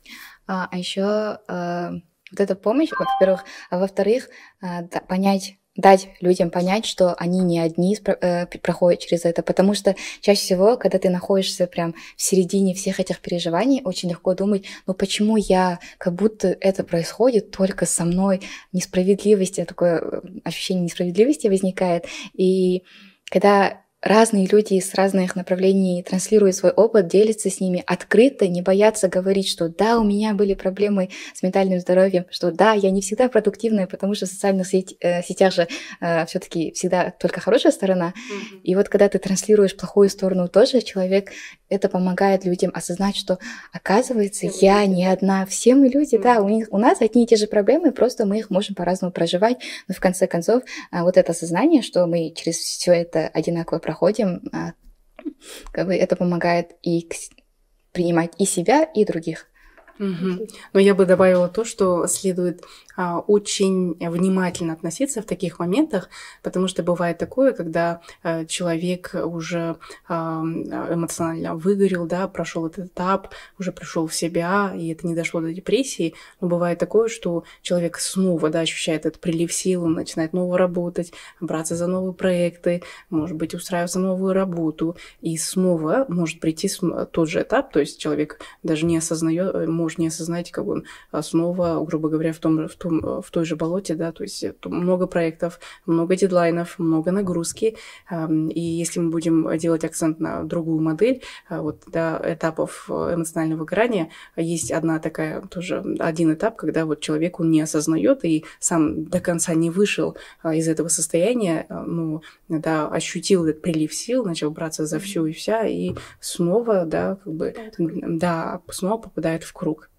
А, а еще э, вот эта помощь, во-первых, а во-вторых, э, да, понять, дать людям понять, что они не одни э, проходят через это, потому что чаще всего, когда ты находишься прям в середине всех этих переживаний, очень легко думать, ну почему я, как будто это происходит только со мной, несправедливости, такое ощущение несправедливости возникает, и когда разные люди с разных направлений транслируют свой опыт, делятся с ними открыто, не боятся говорить, что да, у меня были проблемы с ментальным здоровьем, что да, я не всегда продуктивная, потому что в социальных сеть, э, сетях же э, все-таки всегда только хорошая сторона. Mm-hmm. И вот когда ты транслируешь плохую сторону тоже, человек, это помогает людям осознать, что оказывается, все я не одна, все мы люди, mm-hmm. да, у, них, у нас одни и те же проблемы, просто мы их можем по-разному проживать, но в конце концов э, вот это осознание, что мы через все это одинаково проходим, как бы это помогает и принимать и себя, и других. Угу. Но я бы добавила то, что следует а, очень внимательно относиться в таких моментах, потому что бывает такое, когда а, человек уже а, эмоционально выгорел, да, прошел этот этап, уже пришел в себя, и это не дошло до депрессии. Но бывает такое, что человек снова, да, ощущает этот прилив сил, он начинает снова работать, браться за новые проекты, может быть, устраиваться на новую работу, и снова может прийти тот же этап, то есть человек даже не осознает, может не осознать, как он снова, грубо говоря, в том, в том, в той же болоте, да, то есть много проектов, много дедлайнов, много нагрузки, и если мы будем делать акцент на другую модель, вот, да, этапов эмоционального выгорания, есть одна такая, тоже один этап, когда вот человек, он не осознает и сам до конца не вышел из этого состояния, ну, да, ощутил этот прилив сил, начал браться за все и вся, и снова, да, как бы, да, снова попадает в круг.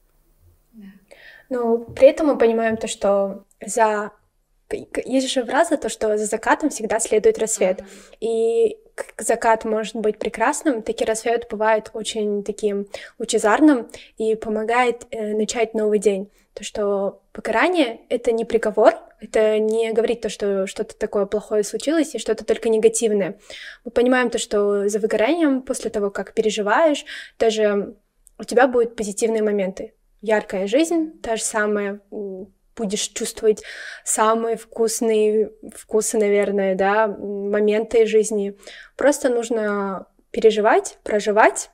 Но при этом мы понимаем то, что за... Есть же фраза, то, что за закатом всегда следует рассвет. И закат может быть прекрасным, таки рассвет бывает очень таким лучезарным и помогает э, начать новый день. То, что выгорание — это не приговор, это не говорит то, что что-то такое плохое случилось и что-то только негативное. Мы понимаем то, что за выгоранием, после того, как переживаешь, даже у тебя будут позитивные моменты. Яркая жизнь, та же самая, будешь чувствовать самые вкусные вкусы, наверное, да, моменты жизни. Просто нужно переживать, проживать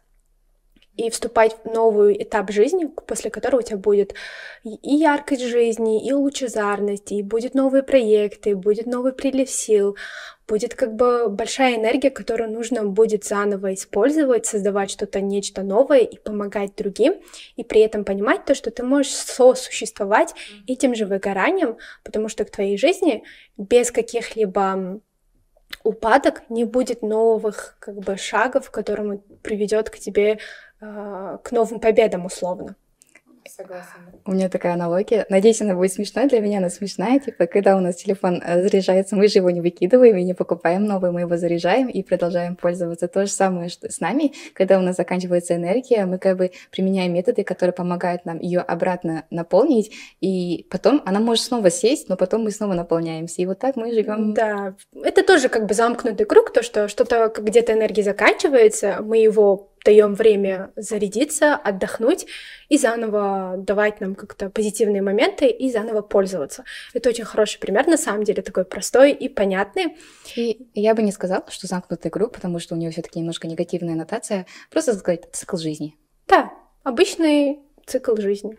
и вступать в новый этап жизни, после которого у тебя будет и яркость жизни, и лучезарность, и будут новые проекты, будет новый прилив сил, будет как бы большая энергия, которую нужно будет заново использовать, создавать что-то, нечто новое и помогать другим, и при этом понимать то, что ты можешь сосуществовать этим же выгоранием, потому что в твоей жизни без каких-либо упадок не будет новых как бы шагов, которым приведет к тебе э, к новым победам условно. Согласна. У меня такая аналогия. Надеюсь, она будет смешной. Для меня она смешная. Типа, когда у нас телефон заряжается, мы же его не выкидываем и не покупаем новый, мы его заряжаем и продолжаем пользоваться. То же самое, что с нами. Когда у нас заканчивается энергия, мы как бы применяем методы, которые помогают нам ее обратно наполнить, и потом она может снова сесть, но потом мы снова наполняемся. И вот так мы живем. Да, это тоже как бы замкнутый круг, то, что что-то где-то энергия заканчивается, мы его даем время зарядиться, отдохнуть и заново давать нам как-то позитивные моменты и заново пользоваться. Это очень хороший пример, на самом деле, такой простой и понятный. И я бы не сказала, что замкнутый круг, потому что у него все-таки немножко негативная аннотация, просто сказать цикл жизни. Да, обычный цикл жизни.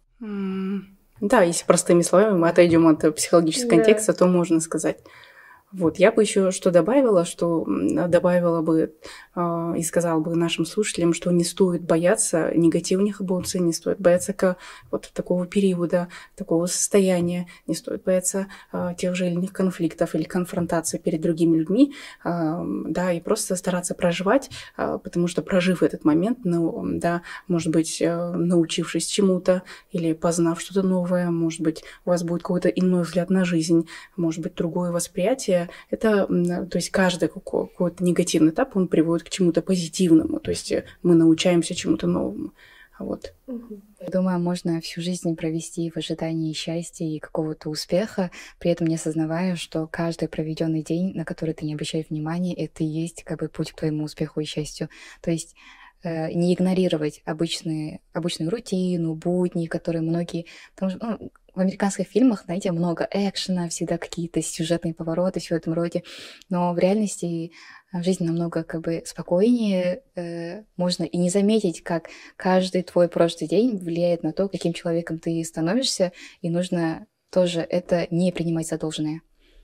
Mm. Да, если простыми словами мы отойдем от психологического да. контекста, то можно сказать. Вот, я бы еще что добавила, что добавила бы э, и сказала бы нашим слушателям, что не стоит бояться негативных эмоций, не стоит бояться к, вот такого периода, такого состояния, не стоит бояться э, тех же или иных конфликтов или конфронтации перед другими людьми, э, да, и просто стараться проживать, э, потому что прожив этот момент, ну, да, может быть, э, научившись чему-то или познав что-то новое, может быть, у вас будет какой-то иной взгляд на жизнь, может быть, другое восприятие. Это, то есть каждый какой-то негативный этап, он приводит к чему-то позитивному, то есть мы научаемся чему-то новому. Вот. Я думаю, можно всю жизнь провести в ожидании счастья и какого-то успеха, при этом не осознавая, что каждый проведенный день, на который ты не обращаешь внимания, это и есть как бы путь к твоему успеху и счастью. То есть э, не игнорировать обычные, обычную рутину, будни, которые многие... Потому что, ну, в американских фильмах, знаете, много экшена, всегда какие-то сюжетные повороты, все в этом роде. Но в реальности жизнь намного как бы спокойнее. Э, можно и не заметить, как каждый твой прошлый день влияет на то, каким человеком ты становишься. И нужно тоже это не принимать за должное.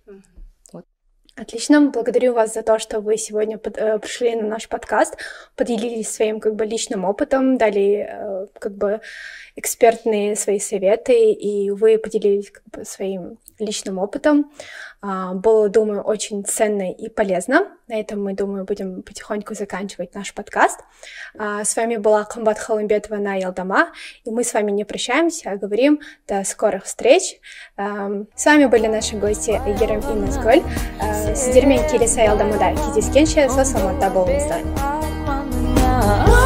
Отлично, благодарю вас за то, что вы сегодня под, э, пришли на наш подкаст, поделились своим как бы личным опытом, дали э, как бы экспертные свои советы, и вы поделились как бы своим личным опытом. А, было, думаю, очень ценно и полезно. На этом мы, думаю, будем потихоньку заканчивать наш подкаст. А, с вами была Камбат Халымбетова на Ялдама, и мы с вами не прощаемся, а говорим до скорых встреч. А, с вами были наши гости Айгерім и Назгүл. Сіздермен келесі Аялдамада кездескенше сау саламатта болыңыздар.